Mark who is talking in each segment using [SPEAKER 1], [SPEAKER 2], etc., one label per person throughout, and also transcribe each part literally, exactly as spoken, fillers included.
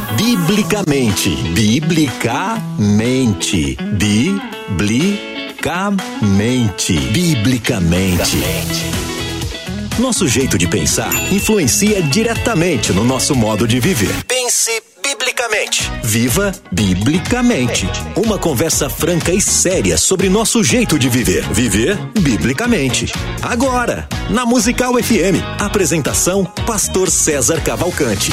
[SPEAKER 1] Biblicamente. Biblicamente. Biblicamente. Biblicamente. Nosso jeito de pensar influencia diretamente no nosso modo de viver. Pense biblicamente. Viva biblicamente. Uma conversa franca e séria sobre nosso jeito de viver. Viver biblicamente. Agora, na Musical F M. Apresentação, Pastor César Cavalcante.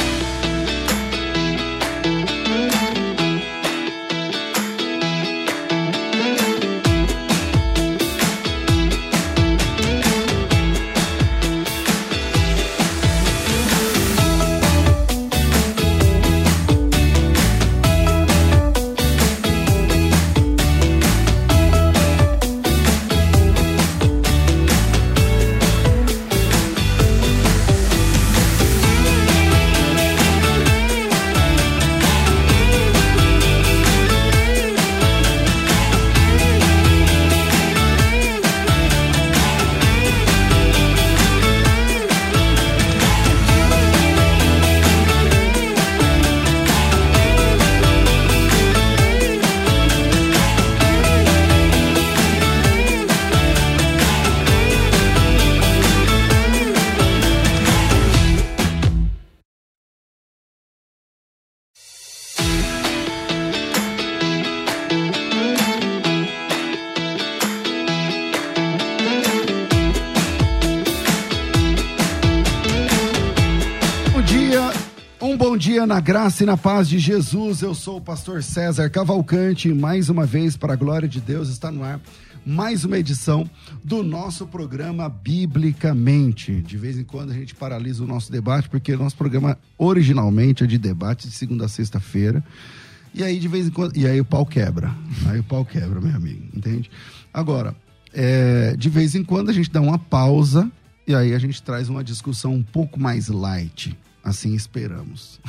[SPEAKER 2] Na graça e na paz de Jesus, eu sou o pastor César Cavalcante, mais uma vez, para a glória de Deus, está no ar mais uma edição do nosso programa Biblicamente. De vez em quando a gente paralisa o nosso debate, porque o nosso programa originalmente é de debate de segunda a sexta-feira, e aí de vez em quando, e aí o pau quebra, aí o pau quebra, meu amigo, entende? Agora, é, de vez em quando a gente dá uma pausa, e aí a gente traz uma discussão um pouco mais light. Assim esperamos.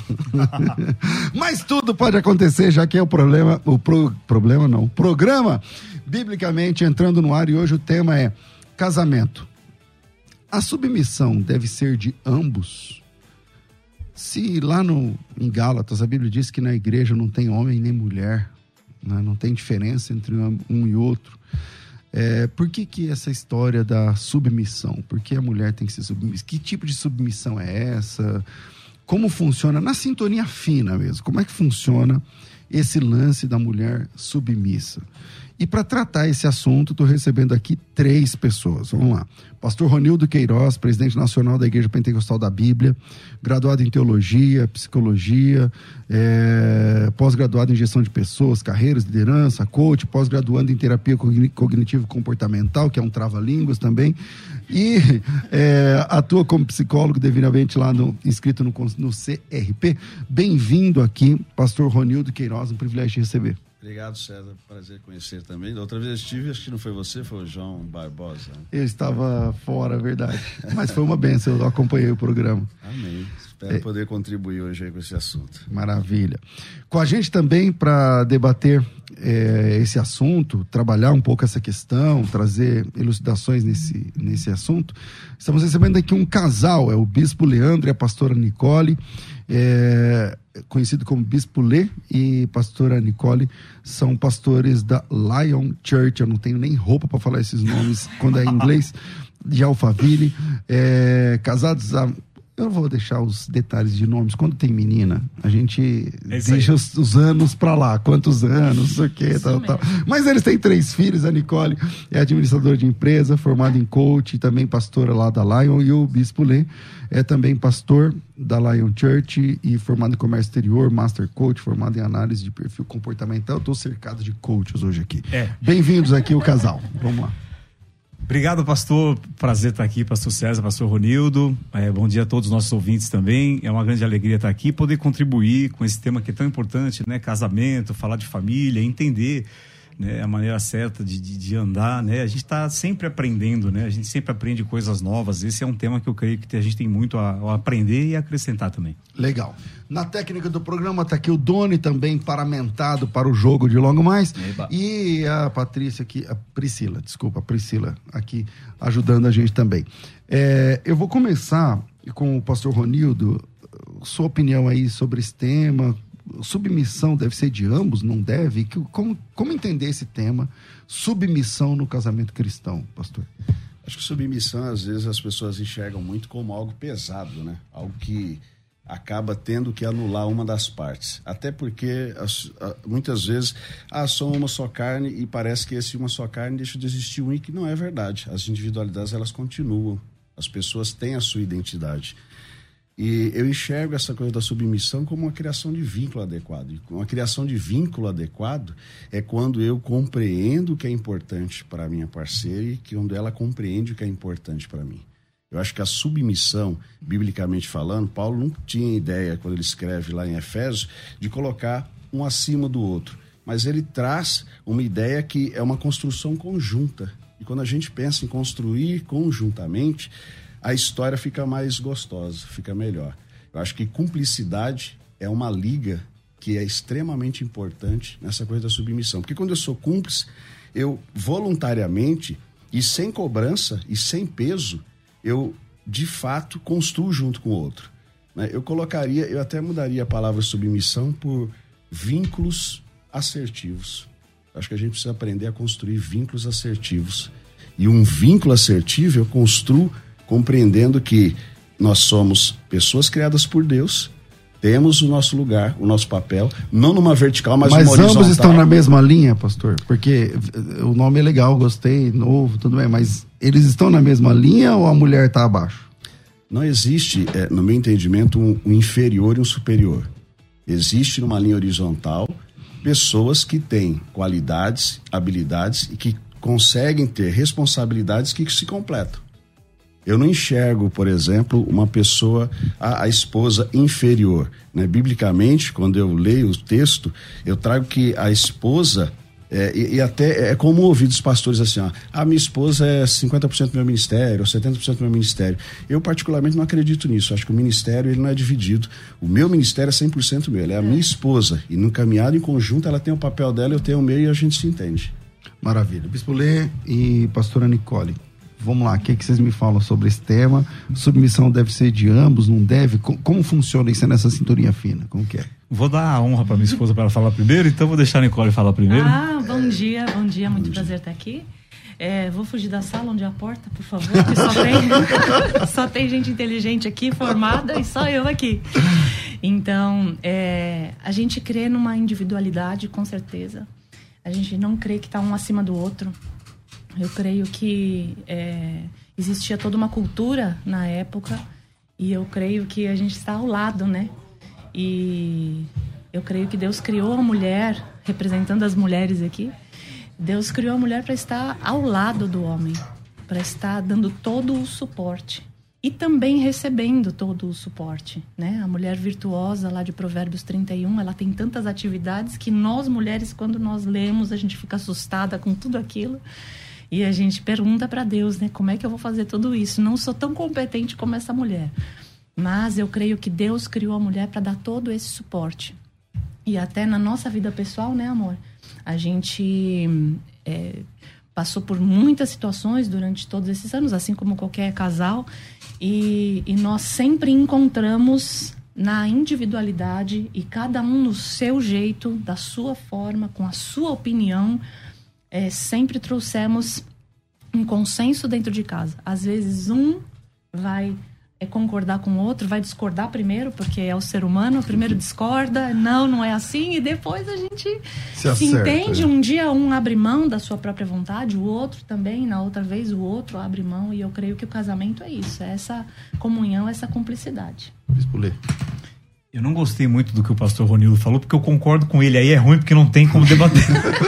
[SPEAKER 2] Mas tudo pode acontecer, já que é o problema, o pro, problema não, o programa Biblicamente entrando no ar, e hoje o tema é casamento. A submissão deve ser de ambos? Se lá no, em Gálatas a Bíblia diz que na igreja não tem homem nem mulher, né? Não tem diferença entre um, um e outro. É, por que que essa história da submissão? Por que a mulher tem que ser submissa? Que tipo de submissão é essa? Como funciona? Na sintonia fina mesmo. Como é que funciona esse lance da mulher submissa? E para tratar esse assunto, estou recebendo aqui três pessoas. Vamos lá. Pastor Ronildo Queiroz, presidente nacional da Igreja Pentecostal da Bíblia, graduado em teologia, psicologia, é, pós-graduado em gestão de pessoas, carreiras, liderança, coach, pós-graduando em terapia cognitivo-comportamental, que é um trava-línguas também, e é, atua como psicólogo devidamente lá no, inscrito no, no C R P. Bem-vindo aqui, pastor Ronildo Queiroz, um privilégio de receber.
[SPEAKER 3] Obrigado, César. Prazer conhecer também. Da outra vez eu estive, acho que não foi você, foi o João Barbosa.
[SPEAKER 2] Eu estava fora, verdade. Mas foi uma bênção, eu acompanhei o programa.
[SPEAKER 3] Amém. Espero é. poder contribuir hoje aí com esse assunto.
[SPEAKER 2] Maravilha. Com a gente também para debater é, esse assunto, trabalhar um pouco essa questão, trazer elucidações nesse, nesse assunto, estamos recebendo aqui um casal, é o Bispo Leandro e a pastora Nicole, é, conhecido como Bispo Lê e pastora Nicole, são pastores da Lion Church. Eu não tenho nem roupa para falar esses nomes quando é em inglês, de Alphaville, é, casados há... Eu não vou deixar os detalhes de nomes. Quando tem menina, a gente é deixa os, os anos pra lá. Quantos anos, não sei o que, tal, tal. Mas eles têm três filhos. A Nicole é administradora de empresa, formada em coach, também pastora lá da Lion. E o Bispo Lê é também pastor da Lion Church e formado em comércio exterior, master coach, formado em análise de perfil comportamental. Eu tô cercado de coaches hoje aqui. É. Bem-vindos aqui, o casal. Vamos lá.
[SPEAKER 4] Obrigado, pastor. Prazer estar aqui, pastor César, pastor Ronildo. É, bom dia a todos os nossos ouvintes também. É uma grande alegria estar aqui e poder contribuir com esse tema que é tão importante, né? Casamento, falar de família, entender, né, a maneira certa de, de, de andar, né? A gente está sempre aprendendo, né? A gente sempre aprende coisas novas. Esse é um tema que eu creio que a gente tem muito a, a aprender e a acrescentar também.
[SPEAKER 2] Legal. Na técnica do programa está aqui o Doni, também paramentado para o jogo de logo mais. Eba. E a Patrícia aqui, a Priscila, desculpa, a Priscila aqui ajudando a gente também. É, eu vou começar com o pastor Ronildo. sua opinião aí sobre esse tema. Submissão deve ser de ambos, não deve? Como, como entender esse tema, submissão no casamento cristão, pastor?
[SPEAKER 3] Acho que submissão, às vezes, as pessoas enxergam muito como algo pesado, né? Algo que acaba tendo que anular uma das partes. Até porque, as, a, muitas vezes, ah, sou uma só carne e parece que esse uma só carne deixa de existir um, e que não é verdade. As individualidades, elas continuam. As pessoas têm a sua identidade. E eu enxergo essa coisa da submissão como uma criação de vínculo adequado. Uma criação de vínculo adequado é quando eu compreendo o que é importante para a minha parceira e quando ela compreende o que é importante para mim. Eu acho que a submissão, biblicamente falando, Paulo não tinha ideia, quando ele escreve lá em Efésios, de colocar um acima do outro. Mas ele traz uma ideia que é uma construção conjunta. E quando a gente pensa em construir conjuntamente, a história fica mais gostosa, fica melhor. Eu acho que cumplicidade é uma liga que é extremamente importante nessa coisa da submissão. Porque quando eu sou cúmplice, eu voluntariamente e sem cobrança e sem peso, eu de fato construo junto com o outro. Eu colocaria, eu até mudaria a palavra submissão por vínculos assertivos. Eu acho que a gente precisa aprender a construir vínculos assertivos. E um vínculo assertivo eu construo compreendendo que nós somos pessoas criadas por Deus, temos o nosso lugar, o nosso papel, não numa vertical, mas, mas uma horizontal. Mas ambos
[SPEAKER 2] estão na mesma linha, pastor? Porque o nome é legal, gostei, novo, tudo bem, mas eles estão na mesma linha ou a mulher está abaixo?
[SPEAKER 3] Não existe, é, no meu entendimento, um, um inferior e um superior. Existe numa linha horizontal pessoas que têm qualidades, habilidades e que conseguem ter responsabilidades que se completam. Eu não enxergo, por exemplo, uma pessoa, a, a esposa inferior, né? Biblicamente, quando eu leio o texto, eu trago que a esposa, é, e, e até é comum ouvir dos pastores assim, ó, a minha esposa é cinquenta por cento do meu ministério, ou setenta por cento do meu ministério. Eu particularmente não acredito nisso, acho que o ministério ele não é dividido. O meu ministério é cem por cento meu, ela é a minha esposa, e no caminhado em conjunto ela tem o papel dela, eu tenho o meu e a gente se entende.
[SPEAKER 2] Maravilha. Bispo Lê e pastora Nicole, vamos lá, o que, é que vocês me falam sobre esse tema? Submissão deve ser de ambos, não deve? Como, como funciona isso nessa cinturinha fina? Como que é?
[SPEAKER 4] Vou dar a honra para minha esposa para ela falar primeiro, então vou deixar a Nicole falar primeiro.
[SPEAKER 5] Ah, bom dia, bom dia, muito bom prazer dia. estar aqui. É, vou fugir da sala onde é a porta, por favor, porque só tem, só tem gente inteligente aqui, formada, e só eu aqui. Então, é, a gente crê numa individualidade, com certeza. A gente não crê que está um acima do outro. Eu creio que é, existia toda uma cultura na época e eu creio que a gente está ao lado, né? E eu creio que Deus criou a mulher, representando as mulheres aqui, Deus criou a mulher para estar ao lado do homem, para estar dando todo o suporte e também recebendo todo o suporte, né? A mulher virtuosa lá de Provérbios trinta e um, ela tem tantas atividades que nós mulheres, quando nós lemos, a gente fica assustada com tudo aquilo. E a gente pergunta para Deus, né? Como é que eu vou fazer tudo isso? Não sou tão competente como essa mulher. Mas eu creio que Deus criou a mulher para dar todo esse suporte. E até na nossa vida pessoal, né, amor? A gente é, passou por muitas situações durante todos esses anos, assim como qualquer casal. E, e nós sempre encontramos na individualidade e cada um no seu jeito, da sua forma, com a sua opinião, É, sempre trouxemos um consenso dentro de casa. Às vezes um vai é, concordar com o outro, vai discordar primeiro, porque é o ser humano, primeiro discorda, não, não é assim, e depois a gente se, se acerta, entende. É. Um dia um abre mão da sua própria vontade, o outro também, na outra vez o outro abre mão, e eu creio que o casamento é isso, é essa comunhão, essa cumplicidade.
[SPEAKER 2] Bispo Lê.
[SPEAKER 4] Eu não gostei muito do que o pastor Ronildo falou, porque eu concordo com ele. Aí é ruim porque não tem como debater.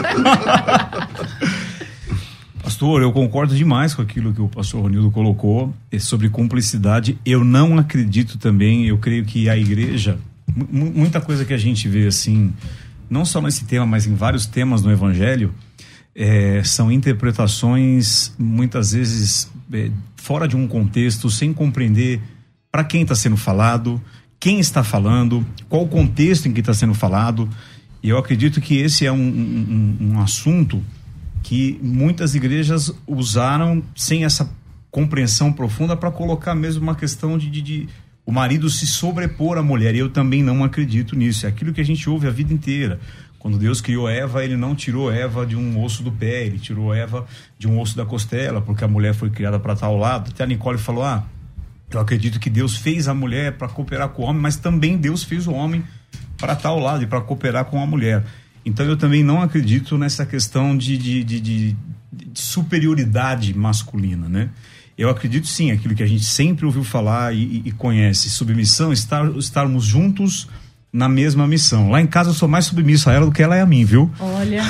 [SPEAKER 4] Pastor, eu concordo demais com aquilo que o pastor Ronildo colocou sobre cumplicidade. Eu não acredito também, eu creio que a igreja, m- muita coisa que a gente vê assim, não só nesse tema, mas em vários temas no Evangelho, é, são interpretações muitas vezes é, fora de um contexto, sem compreender para quem está sendo falado, quem está falando, qual o contexto em que está sendo falado. E eu acredito que esse é um, um, um assunto que muitas igrejas usaram sem essa compreensão profunda para colocar mesmo uma questão de, de, de o marido se sobrepor à mulher. E eu também não acredito nisso. É aquilo que a gente ouve a vida inteira. Quando Deus criou Eva, ele não tirou Eva de um osso do pé, ele tirou Eva de um osso da costela, porque a mulher foi criada para estar ao lado. Até a Nicole falou, ah, eu acredito que Deus fez a mulher para cooperar com o homem, mas também Deus fez o homem para estar ao lado e para cooperar com a mulher. Então eu também não acredito nessa questão de, de, de, de, de superioridade masculina, né? Eu acredito sim, aquilo que a gente sempre ouviu falar e, e conhece, submissão, estar, estarmos juntos na mesma missão. Lá em casa eu sou mais submisso a ela do que ela é a mim, viu?
[SPEAKER 5] Olha,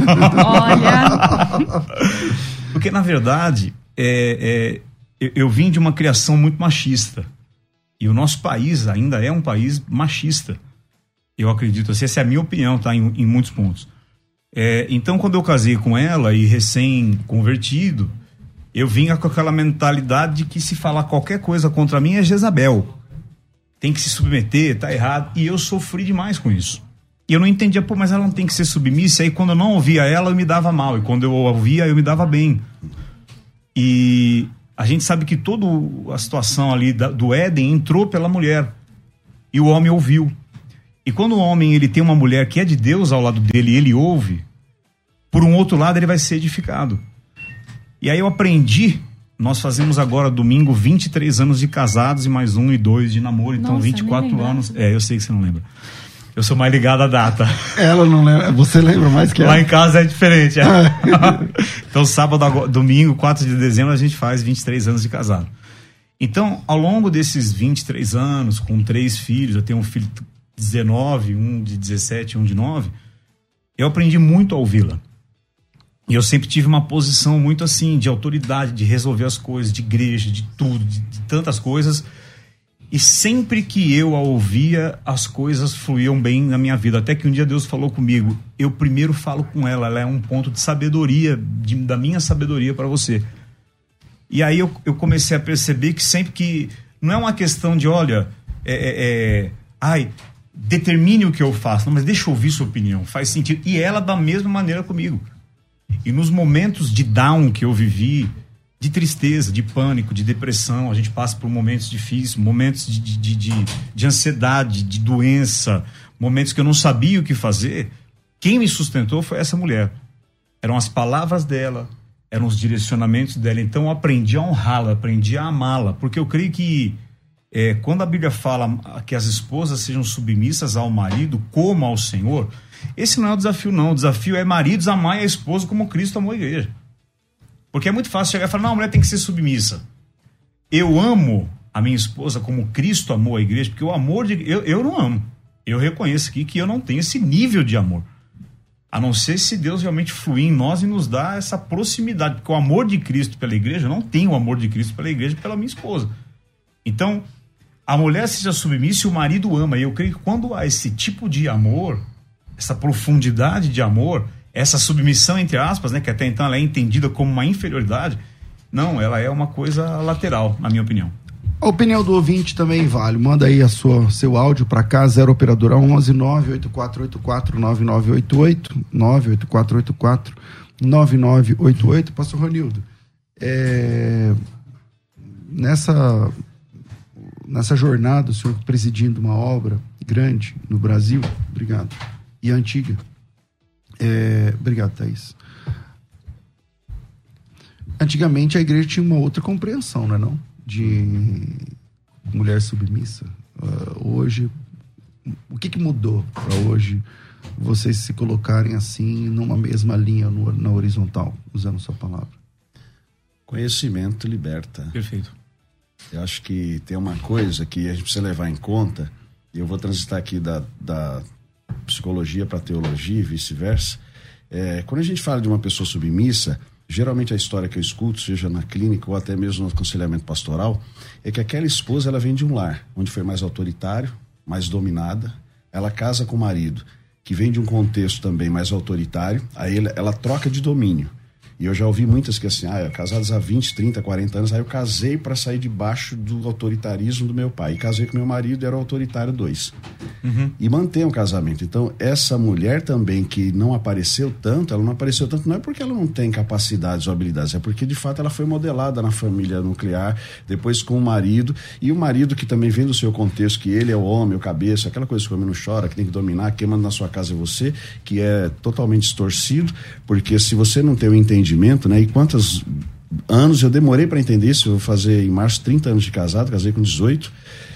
[SPEAKER 5] olha.
[SPEAKER 4] Porque na verdade, é, é, eu, eu vim de uma criação muito machista. E o nosso país ainda é um país machista. Eu acredito assim, essa é a minha opinião, tá? Em, em muitos pontos. É, então, quando eu casei com ela e recém-convertido, eu vinha com aquela mentalidade de que se falar qualquer coisa contra mim é Jezabel. Tem que se submeter, tá errado. E eu sofri demais com isso. E eu não entendia, pô, mas ela não tem que ser submissa. E aí quando eu não ouvia ela, eu me dava mal. E quando eu ouvia, eu me dava bem. E a gente sabe que toda a situação ali da, do Éden entrou pela mulher. E o homem ouviu. E quando o homem ele tem uma mulher que é de Deus ao lado dele e ele ouve, por um outro lado ele vai ser edificado. E aí eu aprendi, nós fazemos agora domingo vinte e três anos de casados e mais um e dois de namoro, então
[SPEAKER 5] Nossa,
[SPEAKER 4] vinte e quatro
[SPEAKER 5] nem
[SPEAKER 4] anos. É, eu sei que você não lembra. Eu sou mais ligado à data.
[SPEAKER 2] Ela não lembra, você lembra mais que ela?
[SPEAKER 4] Lá em casa é diferente. É. Então sábado, domingo, quatro de dezembro, a gente faz vinte e três anos de casado. Então, ao longo desses vinte e três anos, com três filhos, eu tenho um filho de dezenove, um de dezessete, um de nove, eu aprendi muito a ouvi-la. E eu sempre tive uma posição muito assim, de autoridade, de resolver as coisas, de igreja, de tudo, de, de tantas coisas. E sempre que eu a ouvia, as coisas fluíam bem na minha vida. Até que um dia Deus falou comigo, eu primeiro falo com ela, ela é um ponto de sabedoria, de, da minha sabedoria para você. E aí eu, eu comecei a perceber que sempre que, não é uma questão de, olha, é, é, é, ai, determine o que eu faço, não, mas deixa eu ouvir sua opinião, faz sentido. E ela da mesma maneira comigo. E nos momentos de down que eu vivi, de tristeza, de pânico, de depressão, a gente passa por momentos difíceis, momentos de, de, de, de ansiedade, de doença, momentos que eu não sabia o que fazer. Quem me sustentou foi essa mulher. Eram as palavras dela, eram os direcionamentos dela. Então eu aprendi a honrá-la, aprendi a amá-la, porque eu creio que é, quando a Bíblia fala que as esposas sejam submissas ao marido como ao Senhor, esse não é o desafio não, o desafio é maridos amarem a esposa como Cristo amou a igreja. Porque é muito fácil chegar e falar, não, a mulher tem que ser submissa. Eu amo a minha esposa como Cristo amou a igreja, porque o amor de... Eu, eu não amo. Eu reconheço aqui que eu não tenho esse nível de amor. A não ser se Deus realmente fluir em nós e nos dá essa proximidade. Porque o amor de Cristo pela igreja, eu não tenho o amor de Cristo pela igreja pela minha esposa. Então, a mulher seja submissa e o marido ama. E eu creio que quando há esse tipo de amor, essa profundidade de amor, essa submissão, entre aspas, né, que até então ela é entendida como uma inferioridade, não, ela é uma coisa lateral, na minha opinião.
[SPEAKER 2] A opinião do ouvinte também vale. Manda aí a sua, seu áudio para cá, zero operadora onze nove oito quatro oito quatro nove nove oito oito, nove oito quatro oito quatro nove nove oito oito. Pastor Ronildo, é, nessa, nessa jornada, o senhor presidindo uma obra grande no Brasil, obrigado, e antiga, É, obrigado, Thaís. Antigamente a igreja tinha uma outra compreensão, não é não? De mulher submissa. Uh, hoje, o que que mudou para hoje vocês se colocarem assim numa mesma linha no, na horizontal, usando sua palavra?
[SPEAKER 3] Conhecimento liberta.
[SPEAKER 4] Perfeito.
[SPEAKER 3] Eu acho que tem uma coisa que a gente precisa levar em conta, e eu vou transitar aqui da, da psicologia para teologia e vice-versa. É, quando a gente fala de uma pessoa submissa, geralmente a história que eu escuto, seja na clínica ou até mesmo no aconselhamento pastoral, é que aquela esposa ela vem de um lar onde foi mais autoritário, mais dominada. Ela casa com o marido que vem de um contexto também mais autoritário, aí ela, ela troca de domínio. E eu já ouvi muitas que assim, ah, casadas há vinte, trinta, quarenta anos, aí eu casei para sair debaixo do autoritarismo do meu pai. E casei com meu marido, era o autoritário dois. Uhum. E mantém o casamento. Então, essa mulher também que não apareceu tanto, ela não apareceu tanto não é porque ela não tem capacidades ou habilidades, é porque de fato ela foi modelada na família nuclear, depois com o marido, e o marido que também vem do seu contexto, que ele é o homem, o cabeça, aquela coisa que o homem não chora, que tem que dominar, quem manda na sua casa é você, que é totalmente distorcido, porque se você não tem o entendimento, né? E quantos anos eu demorei para entender isso? Eu vou fazer em março trinta anos de casado, casei com dezoito.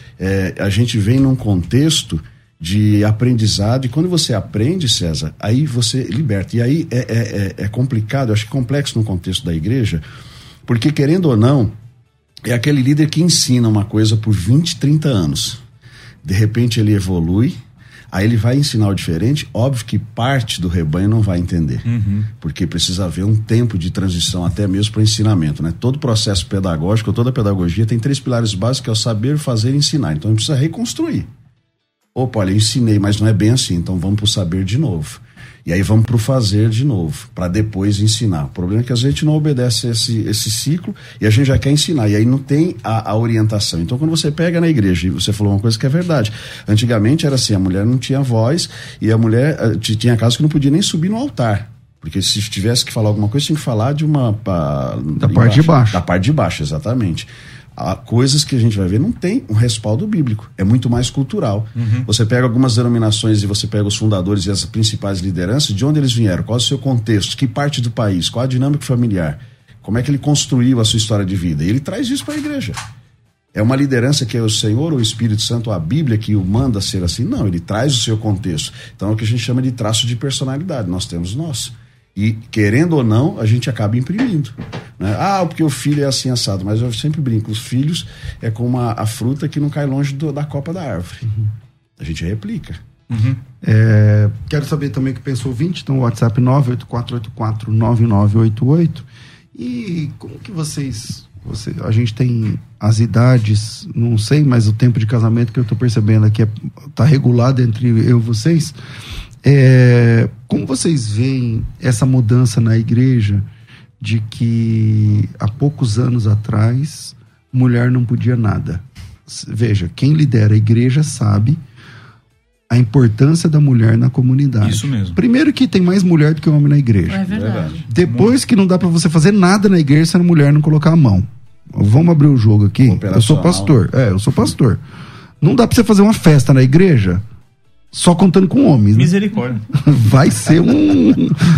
[SPEAKER 3] É, a gente vem num contexto de aprendizado, e quando você aprende, César, aí você liberta. E aí é, é, é complicado, eu acho que complexo no contexto da igreja, porque querendo ou não, é aquele líder que ensina uma coisa por vinte, trinta anos. De repente ele evolui, aí ele vai ensinar o diferente, óbvio que parte do rebanho não vai entender, uhum. porque precisa haver um tempo de transição até mesmo para o ensinamento, né? Todo processo pedagógico, toda pedagogia tem três pilares básicos, que é o saber, fazer e ensinar. Então a gente precisa reconstruir. Opa, olha, eu ensinei, mas não é bem assim, então vamos para o saber de novo. E aí vamos para o fazer de novo, para depois ensinar. O problema é que a gente não obedece esse, esse ciclo e a gente já quer ensinar, e aí não tem a, a orientação. Então quando você pega na igreja, e você falou uma coisa que é verdade, antigamente era assim, a mulher não tinha voz, e a mulher, tinha casos que não podia nem subir no altar, porque se tivesse que falar alguma coisa, tinha que falar de uma... Pa,
[SPEAKER 2] da parte de baixo.
[SPEAKER 3] Da parte de baixo, exatamente. Há coisas que a gente vai ver não tem um respaldo bíblico, é muito mais cultural. Uhum. Você pega algumas denominações e você pega os fundadores e as principais lideranças, de onde eles vieram, qual é o seu contexto, que parte do país, qual a dinâmica familiar, como é que ele construiu a sua história de vida, e ele traz isso para a igreja. É uma liderança que é o Senhor ou o Espírito Santo, a Bíblia que o manda ser assim? Não, ele traz o seu contexto. Então é o que a gente chama de traço de personalidade, nós temos nós. E, querendo ou não, a gente acaba imprimindo, né? Ah, porque o filho é assim assado, mas eu sempre brinco, os filhos é como a, a fruta que não cai longe do, da copa da árvore. Uhum. A gente replica.
[SPEAKER 2] Uhum. É, quero saber também o que pensou o ouvinte, então o WhatsApp nove oito quatro oito quatro nove nove oito oito. E como que vocês, você, a gente tem as idades, não sei, mas o tempo de casamento que eu estou percebendo aqui é, tá regulado entre eu e vocês. É, como vocês veem essa mudança na igreja de que há poucos anos atrás mulher não podia nada? Veja, quem lidera a igreja sabe a importância da mulher na comunidade.
[SPEAKER 4] Isso mesmo.
[SPEAKER 2] Primeiro que tem mais mulher do que homem na igreja.
[SPEAKER 5] É verdade.
[SPEAKER 2] Depois que não dá pra você fazer nada na igreja se a mulher não colocar a mão. Vamos abrir o jogo aqui. Eu sou pastor. É, eu sou pastor. Não dá pra você fazer uma festa na igreja só contando com homens, né?
[SPEAKER 4] Misericórdia.
[SPEAKER 2] Vai ser um...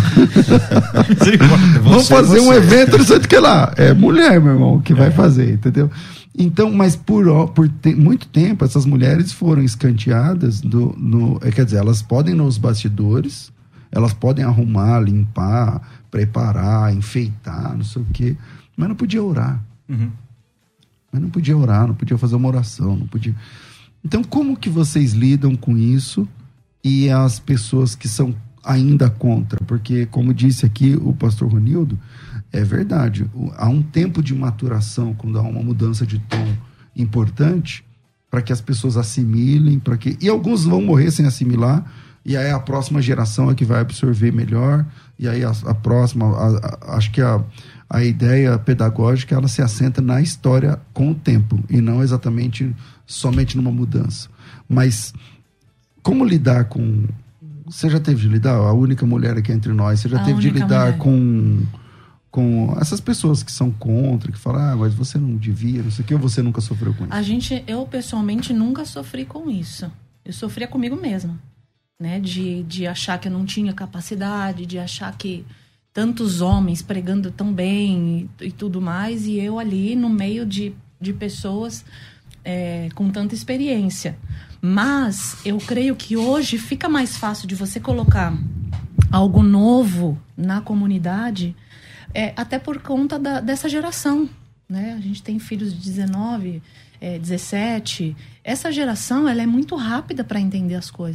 [SPEAKER 4] Misericórdia.
[SPEAKER 2] Vamos fazer um evento, não sei o que lá. É mulher, meu irmão, que é. vai fazer, entendeu? Então, mas por, por te, muito tempo, essas mulheres foram escanteadas, do, no, quer dizer, elas podem ir nos bastidores, elas podem arrumar, limpar, preparar, enfeitar, não sei o quê, mas não podia orar. Uhum. Mas não podia orar, não podia fazer uma oração, não podia... Então, como que vocês lidam com isso e as pessoas que são ainda contra? Porque, como disse aqui o pastor Ronildo, é verdade, há um tempo de maturação, quando há uma mudança de tom importante, para que as pessoas assimilem, para que... e alguns vão morrer sem assimilar, e aí a próxima geração é que vai absorver melhor, e aí a, a próxima, a, a, acho que a, a ideia pedagógica, ela se assenta na história com o tempo, e não exatamente somente numa mudança. Mas como lidar com... Você já teve de lidar? A única mulher aqui entre nós, você já
[SPEAKER 5] a
[SPEAKER 2] teve de lidar
[SPEAKER 5] mulher.
[SPEAKER 2] com... com essas pessoas que são contra, que falam, ah, mas você não devia, não sei o que, ou você nunca sofreu com isso?
[SPEAKER 5] A gente, eu pessoalmente nunca sofri com isso. Eu sofria comigo mesma, né? De, de achar que eu não tinha capacidade, de achar que tantos homens pregando tão bem e, e tudo mais, e eu ali no meio de, de pessoas é, com tanta experiência. Mas eu creio que hoje fica mais fácil de você colocar algo novo na comunidade, É, até por conta da, dessa geração, né? A gente tem filhos de dezenove, é, dezessete. Essa geração, ela é muito rápida para entender as coisas.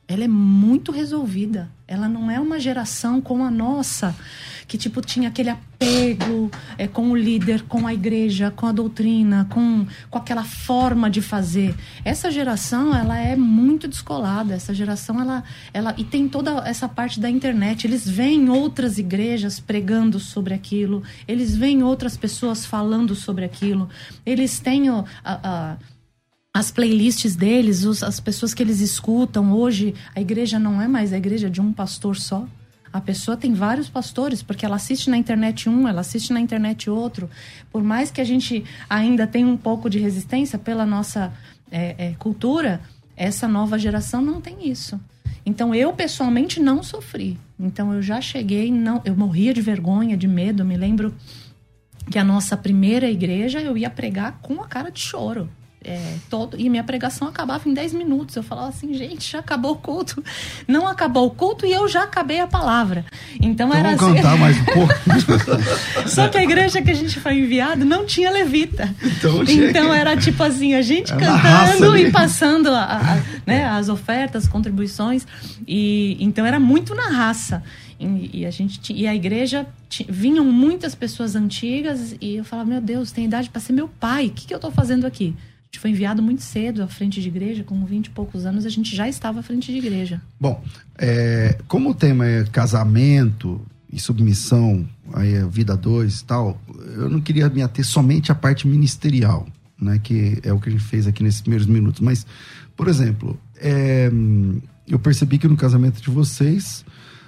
[SPEAKER 5] ela é muito resolvida. Ela não é uma geração como a nossa, que tipo tinha aquele apego é, com o líder, com a igreja, com a doutrina, com, com aquela forma de fazer. Essa geração, ela é muito descolada. Essa geração, ela, ela... E tem toda essa parte da internet. Eles veem outras igrejas pregando sobre aquilo. Eles veem outras pessoas falando sobre aquilo. Eles têm... a, a as playlists deles, os, as pessoas que eles escutam. Hoje, a igreja não é mais a igreja de um pastor só. A pessoa tem vários pastores, porque ela assiste na internet um, ela assiste na internet outro. Por mais que a gente ainda tenha um pouco de resistência pela nossa é, é, cultura, essa nova geração não tem isso. Então, eu, pessoalmente, não sofri. Então, eu já cheguei, não, eu morria de vergonha, de medo. Eu me lembro que a nossa primeira igreja, eu ia pregar com a cara de choro. É, todo, e minha pregação acabava em dez minutos. Eu falava assim, gente, já acabou o culto. Não acabou o culto e eu já acabei a palavra. Então, então era
[SPEAKER 2] vamos
[SPEAKER 5] assim.
[SPEAKER 2] Cantar mais um pouco.
[SPEAKER 5] Só que a igreja que a gente foi enviado não tinha levita.
[SPEAKER 2] Então,
[SPEAKER 5] então era tipo assim, a gente
[SPEAKER 2] era
[SPEAKER 5] cantando e passando a, a, né, as ofertas, contribuições. E, então era muito na raça. E, e, a, gente, e a igreja, t, vinham muitas pessoas antigas e eu falava, meu Deus, tem idade para ser meu pai. O que, que eu estou fazendo aqui? A gente foi enviado muito cedo à frente de igreja, com vinte e poucos anos a gente já estava à frente de igreja.
[SPEAKER 2] Bom, é, como o tema é casamento e submissão, aí é vida dois e tal, eu não queria me ater somente à parte ministerial, né, que é o que a gente fez aqui nesses primeiros minutos. Mas, por exemplo, é, eu percebi que no casamento de vocês,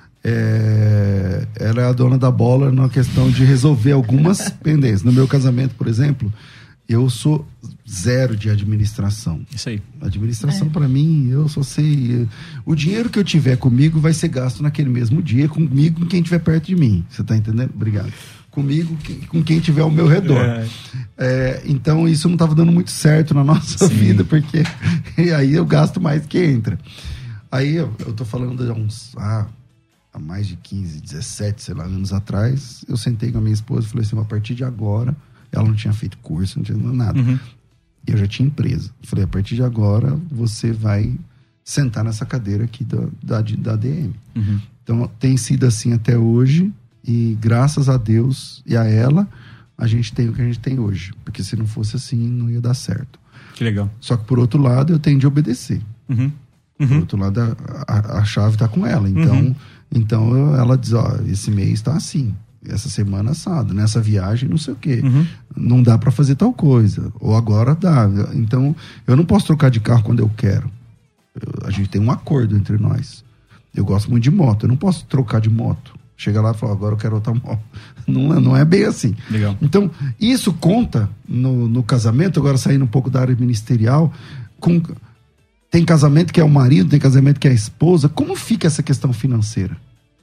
[SPEAKER 2] é, ela é a dona da bola na questão de resolver algumas pendências. No meu casamento, por exemplo, eu sou zero de administração.
[SPEAKER 4] Isso aí.
[SPEAKER 2] Administração,
[SPEAKER 5] é.
[SPEAKER 2] para mim, eu só sei... O dinheiro que eu tiver comigo vai ser gasto naquele mesmo dia, comigo, com quem estiver perto de mim. Você tá entendendo? Obrigado. Comigo, com quem estiver ao meu redor. É. É, então, isso não estava dando muito certo na nossa Sim. vida, porque aí eu gasto mais do que entra. Aí, eu, eu tô falando de uns... Ah, há mais de quinze, dezessete, sei lá, anos atrás, eu sentei com a minha esposa e falei assim, a partir de agora... Ela não tinha feito curso, não tinha nada. Uhum. Eu já tinha empresa. Falei, a partir de agora, você vai sentar nessa cadeira aqui da, da, da A D M. Uhum. Então, tem sido assim até hoje. E graças a Deus e a ela, a gente tem o que a gente tem hoje. Porque se não fosse assim, não ia dar certo.
[SPEAKER 4] Que legal.
[SPEAKER 2] Só que, por outro lado, eu tenho de obedecer.
[SPEAKER 4] Uhum. Uhum.
[SPEAKER 2] Por outro lado, a, a, a chave está com ela. Então, uhum. então eu, ela diz, ó, esse mês está assim. Essa semana assado, nessa viagem não sei o quê, uhum. não dá para fazer tal coisa, ou agora dá. Então eu não posso trocar de carro quando eu quero. Eu, a gente tem um acordo entre nós. Eu gosto muito de moto, eu não posso trocar de moto, chega lá e falar, agora eu quero outra moto. Não é, não é bem assim.
[SPEAKER 4] Legal.
[SPEAKER 2] Então isso conta no, no casamento, agora saindo um pouco da área ministerial, com, tem casamento que é o marido, tem casamento que é a esposa. Como fica essa questão financeira?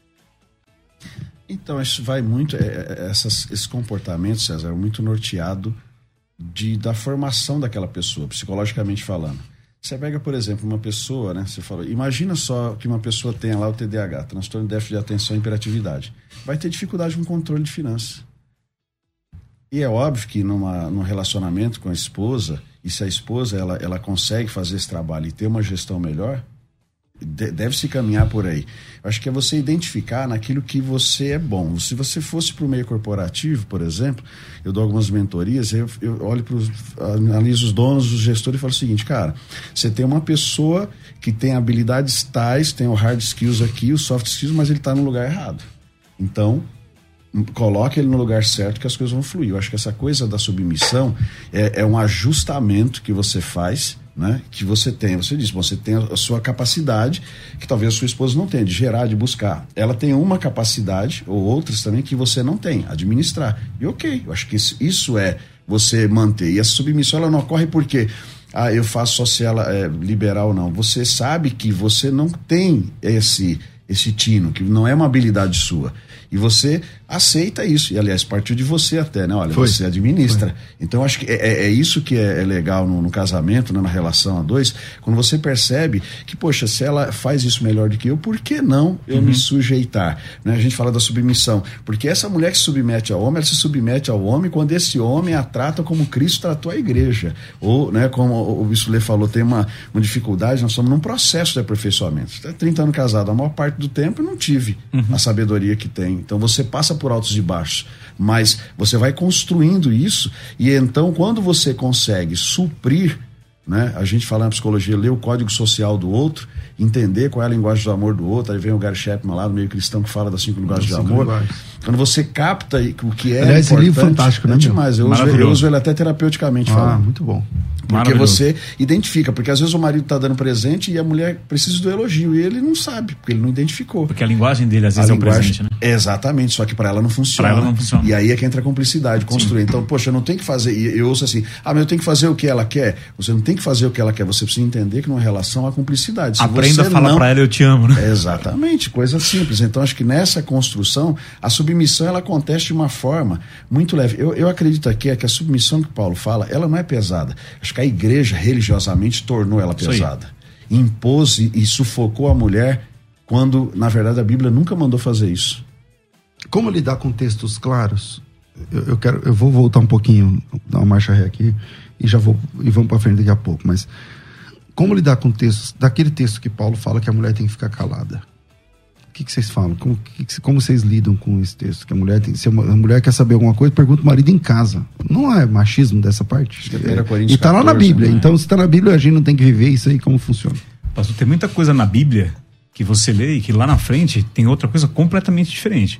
[SPEAKER 3] Então, isso vai muito, é, essas, esse comportamento, César, é muito norteado de, da formação daquela pessoa, psicologicamente falando. Você pega, por exemplo, uma pessoa, né? Você fala, imagina só que uma pessoa tenha lá o T D A H, transtorno de déficit de atenção e hiperatividade. Vai ter dificuldade com controle de finanças. E é óbvio que numa, num relacionamento com a esposa, e se a esposa ela, ela consegue fazer esse trabalho e ter uma gestão melhor, deve-se caminhar por aí. Eu acho que é você identificar naquilo que você é bom. Se você fosse para o meio corporativo, por exemplo, eu dou algumas mentorias, eu, eu olho para os, analiso os donos, os gestores e falo o seguinte, cara, você tem uma pessoa que tem habilidades tais, tem o hard skills aqui, o soft skills, mas ele está no lugar errado. Então, coloque ele no lugar certo que as coisas vão fluir. Eu acho que essa coisa da submissão é, é um ajustamento que você faz, né? Que você tem, você diz, você tem a sua capacidade, que talvez a sua esposa não tenha, de gerar, de buscar. Ela tem uma capacidade, ou outras também, que você não tem, administrar. E ok, eu acho que isso, isso é você manter. E essa submissão, ela não ocorre porque ah, eu faço só se ela é liberal ou não. Você sabe que você não tem esse, esse tino, que não é uma habilidade sua. E você aceita isso, e aliás, partiu de você até, né? Olha, Foi. você administra. Foi. Então, acho que é, é isso que é, é legal no, no casamento, né? Na relação a dois, quando você percebe que, poxa, se ela faz isso melhor do que eu, por que não eu uhum. me sujeitar? Né? A gente fala da submissão, porque essa mulher que se submete ao homem, ela se submete ao homem quando esse homem a trata como Cristo tratou a igreja. Ou, né, como o Bispo Lê falou, tem uma, uma dificuldade, nós estamos num processo de aperfeiçoamento. Você está trinta anos casado, a maior parte do tempo eu não tive uhum. a sabedoria que tem. Então você passa por altos e baixos, mas você vai construindo isso, e então quando você consegue suprir, né, a gente fala na psicologia, ler o código social do outro, entender qual é a linguagem do amor do outro. Aí vem o Gary Chapman lá do meio cristão que fala das cinco linguagens de amor. Linguagens. Quando você capta o que é
[SPEAKER 2] Aliás, esse livro é fantástico, né?
[SPEAKER 3] É demais. Eu uso, eu uso ele até terapeuticamente
[SPEAKER 2] ah,
[SPEAKER 3] falando.
[SPEAKER 2] Muito bom.
[SPEAKER 3] Porque você identifica, porque às vezes o marido está dando presente e a mulher precisa do elogio, e ele não sabe, porque ele não identificou.
[SPEAKER 4] Porque a linguagem dele às vezes a é o presente, né?
[SPEAKER 3] Exatamente, só que para ela não funciona.
[SPEAKER 4] Para ela não funciona.
[SPEAKER 3] E aí é que entra a cumplicidade, construir. Sim. Então, poxa, eu não tenho que fazer, e eu ouço assim, ah, mas eu tenho que fazer o que ela quer. Você não tem que fazer o que ela quer, você precisa entender que numa relação há cumplicidade. Se
[SPEAKER 4] Aprenda
[SPEAKER 3] você
[SPEAKER 4] a falar
[SPEAKER 3] não...
[SPEAKER 4] para ela, eu te amo, né?
[SPEAKER 3] Exatamente, coisa simples. Então, acho que nessa construção, a submissão, ela acontece de uma forma muito leve. Eu, eu acredito aqui é que a submissão que Paulo fala, ela não é pesada. Acho que a igreja religiosamente tornou ela pesada. Impôs e, e sufocou a mulher quando, na verdade, a Bíblia nunca mandou fazer isso.
[SPEAKER 2] Como lidar com textos claros? Eu, eu quero, eu vou voltar um pouquinho, dar uma marcha ré aqui e já vou e vamos para frente daqui a pouco. Mas como lidar com textos, daquele texto que Paulo fala que a mulher tem que ficar calada? O que, que vocês falam? Como, que, como vocês lidam com esse texto? Que a mulher tem, se a mulher quer saber alguma coisa, pergunta o marido em casa. Não é machismo dessa parte? É, e está lá na Bíblia. Né? Então, se está na Bíblia, a gente não tem que viver isso aí, como funciona.
[SPEAKER 4] Pastor, tem muita coisa na Bíblia que você lê e que lá na frente tem outra coisa completamente diferente.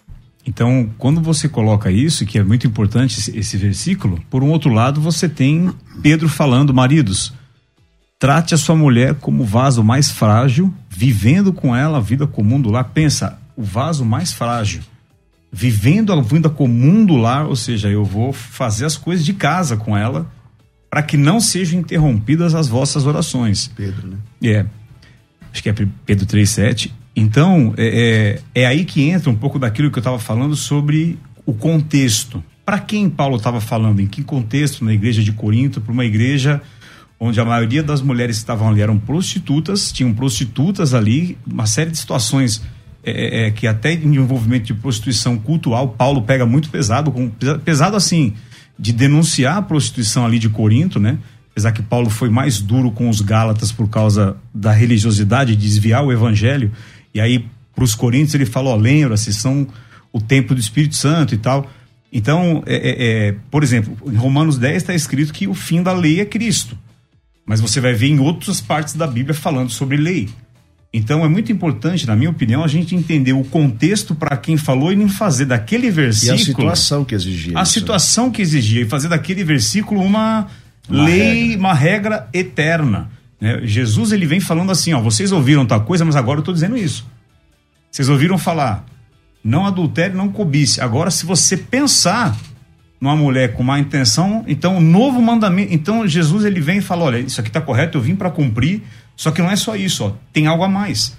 [SPEAKER 4] Então, quando você coloca isso, que é muito importante esse, esse versículo, por um outro lado, você tem Pedro falando, maridos, trate a sua mulher como vaso mais frágil, vivendo com ela a vida comum do lar. Pensa, o vaso mais frágil, vivendo a vida comum do lar, ou seja, eu vou fazer as coisas de casa com ela, para que não sejam interrompidas as vossas orações.
[SPEAKER 2] Pedro, né?
[SPEAKER 4] É, acho que é Pedro três, sete. Então, é, é, é aí que entra um pouco daquilo que eu estava falando sobre o contexto. Para quem Paulo estava falando? Em que contexto? Na igreja de Corinto, para uma igreja onde a maioria das mulheres que estavam ali eram prostitutas, tinham prostitutas ali, uma série de situações é, é, que até em envolvimento de prostituição cultural, Paulo pega muito pesado, com, pesado assim, de denunciar a prostituição ali de Corinto, né? Apesar que Paulo foi mais duro com os Gálatas por causa da religiosidade, de desviar o evangelho, e aí para os coríntios ele falou, ó, lembra-se, são o templo do Espírito Santo e tal. Então, é, é, é, por exemplo, em Romanos dez está escrito que o fim da lei é Cristo. Mas você vai ver em outras partes da Bíblia falando sobre lei. Então é muito importante, na minha opinião, a gente entender o contexto para quem falou e não fazer daquele versículo...
[SPEAKER 3] E a situação que exigia
[SPEAKER 4] A
[SPEAKER 3] isso,
[SPEAKER 4] situação
[SPEAKER 3] né?
[SPEAKER 4] que exigia, e fazer daquele versículo uma, uma lei, regra. uma regra eterna. Né? Jesus, ele vem falando assim, ó, vocês ouviram tal coisa, mas agora eu estou dizendo isso. Vocês ouviram falar, não adultere, não cobice. Agora, se você pensar numa mulher com má intenção, então o novo mandamento, então Jesus ele vem e fala, olha, isso aqui está correto, eu vim para cumprir, só que não é só isso, ó, tem algo a mais.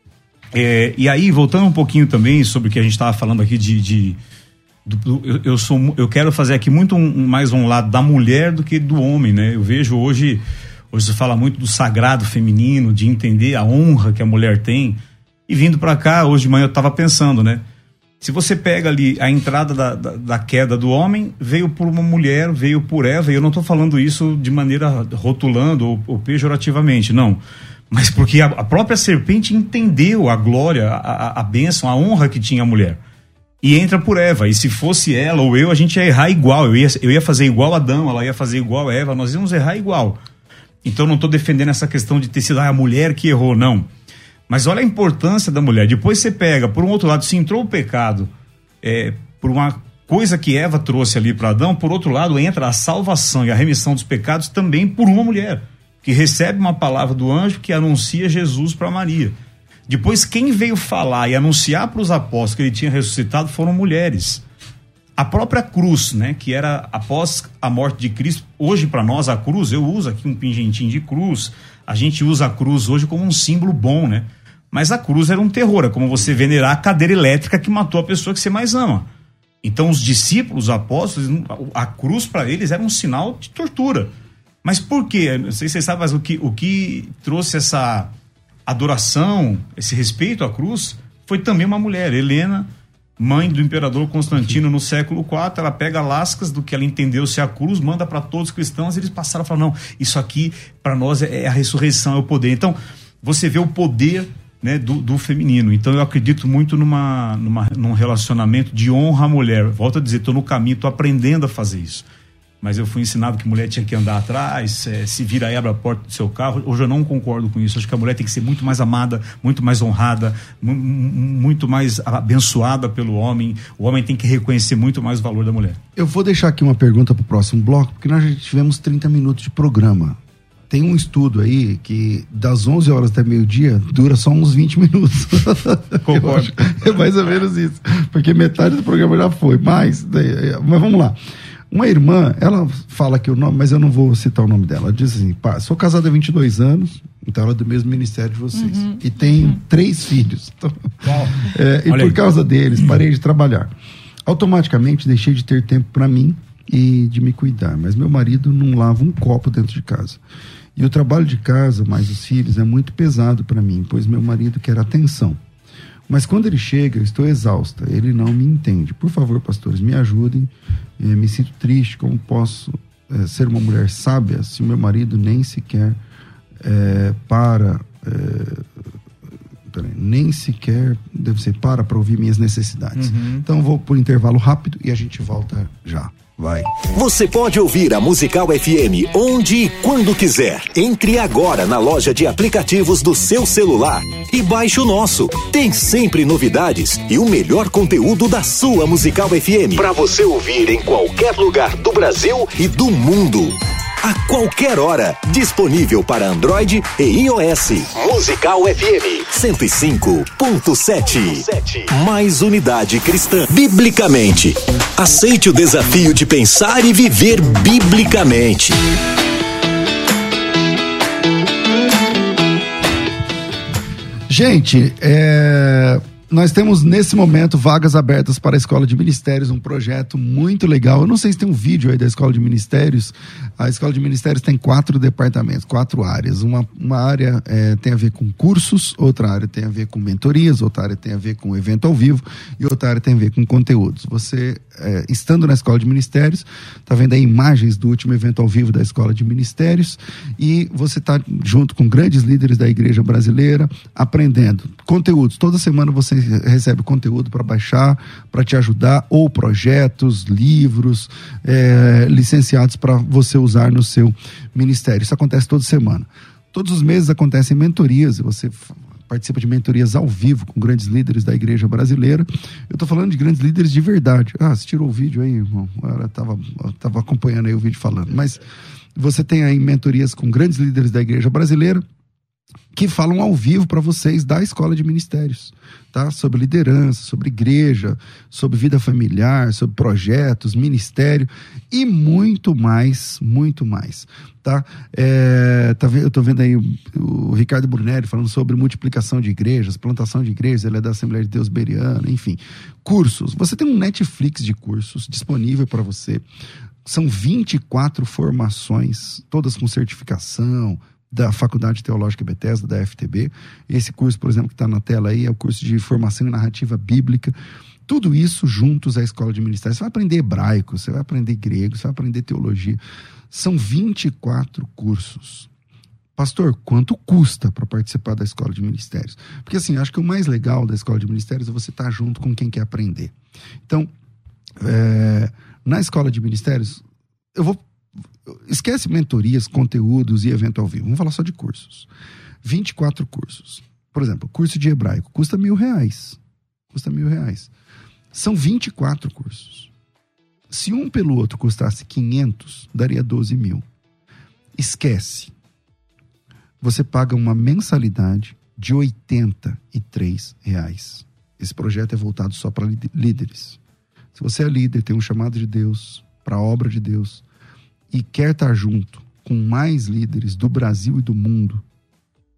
[SPEAKER 4] É, e aí, voltando um pouquinho também sobre o que a gente estava falando aqui de, de do, do, eu, eu, sou, eu quero fazer aqui muito um, mais um lado da mulher do que do homem, né? Eu vejo hoje, hoje se fala muito do sagrado feminino, de entender a honra que a mulher tem, e vindo para cá, hoje de manhã eu estava pensando, né? Se você pega ali a entrada da, da, da queda do homem, veio por uma mulher, veio por Eva, e eu não estou falando isso de maneira rotulando ou, ou pejorativamente, não. Mas porque a, a própria serpente entendeu a glória, a, a, a bênção, a honra que tinha a mulher. E entra por Eva, e se fosse ela ou eu, a gente ia errar igual, eu ia, eu ia fazer igual a Adão, ela ia fazer igual a Eva, nós íamos errar igual. Então não estou defendendo essa questão de ter sido a mulher que errou, não. Mas olha a importância da mulher. Depois você pega, por um outro lado, se entrou o pecado é, por uma coisa que Eva trouxe ali para Adão, por outro lado entra a salvação e a remissão dos pecados também por uma mulher, que recebe uma palavra do anjo que anuncia Jesus para Maria. Depois quem veio falar e anunciar para os apóstolos que ele tinha ressuscitado foram mulheres. A própria cruz, né, que era após a morte de Cristo, hoje para nós a cruz, eu uso aqui um pingentinho de cruz, a gente usa a cruz hoje como um símbolo bom, né? Mas a cruz era um terror, é como você venerar a cadeira elétrica que matou a pessoa que você mais ama. Então os discípulos, os apóstolos, a cruz para eles era um sinal de tortura. Mas por quê? Não sei se vocês sabem, mas o que, o que trouxe essa adoração, esse respeito à cruz, foi também uma mulher, Helena, mãe do imperador Constantino no século quatro. Ela pega lascas do que ela entendeu ser a cruz, manda para todos os cristãos, e eles passaram a falar, não, isso aqui para nós é a ressurreição, é o poder. Então você vê o poder, né, do, do feminino. Então eu acredito muito numa, numa, num relacionamento de honra à mulher. Volto a dizer, estou no caminho, estou aprendendo a fazer isso. Mas eu fui ensinado que mulher tinha que andar atrás, é, se vira e abre a porta do seu carro. Hoje eu não concordo com isso. Acho que a mulher tem que ser muito mais amada, muito mais honrada, mu- muito mais abençoada pelo homem. O homem tem que reconhecer muito mais o valor da mulher.
[SPEAKER 2] Eu vou deixar aqui uma pergunta para o próximo bloco, porque nós já tivemos trinta minutos de programa. Tem um estudo aí que das onze horas até meio-dia dura só uns vinte minutos.
[SPEAKER 4] Concordo.
[SPEAKER 2] É mais ou menos isso. Porque metade do programa já foi. Mas, mas vamos lá. Uma irmã, ela fala aqui o nome, mas eu não vou citar o nome dela. Ela diz assim, pá, sou casada há vinte e dois anos, então ela é do mesmo ministério de vocês.
[SPEAKER 5] Uhum.
[SPEAKER 2] E tem uhum. três filhos. Então, é, e
[SPEAKER 4] Olha
[SPEAKER 2] por
[SPEAKER 4] aí.
[SPEAKER 2] causa deles, parei de trabalhar. Automaticamente deixei de ter tempo para mim e de me cuidar. Mas meu marido não lava um copo dentro de casa. E o trabalho de casa, mais os filhos, é muito pesado para mim, pois meu marido quer atenção. Mas quando ele chega, eu estou exausta. Ele não me entende. Por favor, pastores, me ajudem. Eh, me sinto triste. Como posso eh, ser uma mulher sábia se o meu marido nem sequer eh, para... Eh, peraí, nem sequer, deve ser, para para ouvir minhas necessidades. Uhum. Então eu vou por intervalo rápido e a gente volta já. Vai.
[SPEAKER 1] Você pode ouvir a Musical F M onde e quando quiser. Entre agora na loja de aplicativos do seu celular e baixe o nosso. Tem sempre novidades e o melhor conteúdo da sua Musical F M para você ouvir em qualquer lugar do Brasil e do mundo. A qualquer hora, disponível para Android e iOS. Musical F M cento e cinco ponto sete. Mais unidade cristã. Biblicamente. Aceite o desafio de pensar e viver biblicamente.
[SPEAKER 2] Gente, é... nós temos nesse momento vagas abertas para a Escola de Ministérios, um projeto muito legal. Eu não sei se tem um vídeo aí da Escola de Ministérios. A Escola de Ministérios tem quatro departamentos, quatro áreas. Uma, uma área é, tem a ver com cursos, outra área tem a ver com mentorias, outra área tem a ver com evento ao vivo e outra área tem a ver com conteúdos. Você, é, estando na Escola de Ministérios, está vendo aí imagens do último evento ao vivo da Escola de Ministérios e você está junto com grandes líderes da igreja brasileira, aprendendo conteúdos. Toda semana você recebe conteúdo para baixar, para te ajudar, ou projetos, livros, é, licenciados para você usar no seu ministério. Isso acontece toda semana. Todos os meses acontecem mentorias, você participa de mentorias ao vivo com grandes líderes da igreja brasileira. Eu estou falando de grandes líderes de verdade. Ah, você tirou o vídeo aí, irmão? Eu estava tava acompanhando aí o vídeo falando. Mas você tem aí mentorias com grandes líderes da igreja brasileira que falam ao vivo para vocês da Escola de Ministérios, tá? Sobre liderança, sobre igreja, sobre vida familiar, sobre projetos, ministério e muito mais, muito mais, tá? É, tá eu tô vendo aí o, o Ricardo Brunelli falando sobre multiplicação de igrejas, plantação de igrejas, ele é da Assembleia de Deus Bereana, enfim, cursos. Você tem um Netflix de cursos disponível para você. São vinte e quatro formações, todas com certificação, da Faculdade Teológica Bethesda, da F T B. Esse curso, por exemplo, que está na tela aí, é o curso de formação em narrativa bíblica. Tudo isso juntos à Escola de Ministérios. Você vai aprender hebraico, você vai aprender grego, você vai aprender teologia. São vinte e quatro cursos. Pastor, quanto custa para participar da Escola de Ministérios? Porque assim, acho que o mais legal da Escola de Ministérios é você estar junto com quem quer aprender. Então, é, na Escola de Ministérios, eu vou esquece mentorias, conteúdos e evento ao vivo. Vamos falar só de cursos. vinte e quatro cursos. Por exemplo, curso de hebraico custa mil reais. Custa mil reais. São vinte e quatro cursos. Se um pelo outro custasse quinhentos, daria doze mil. Esquece. Você paga uma mensalidade de oitenta e três reais. Esse projeto é voltado só para líderes. Se você é líder, tem um chamado de Deus, para a obra de Deus, e quer estar junto com mais líderes do Brasil e do mundo,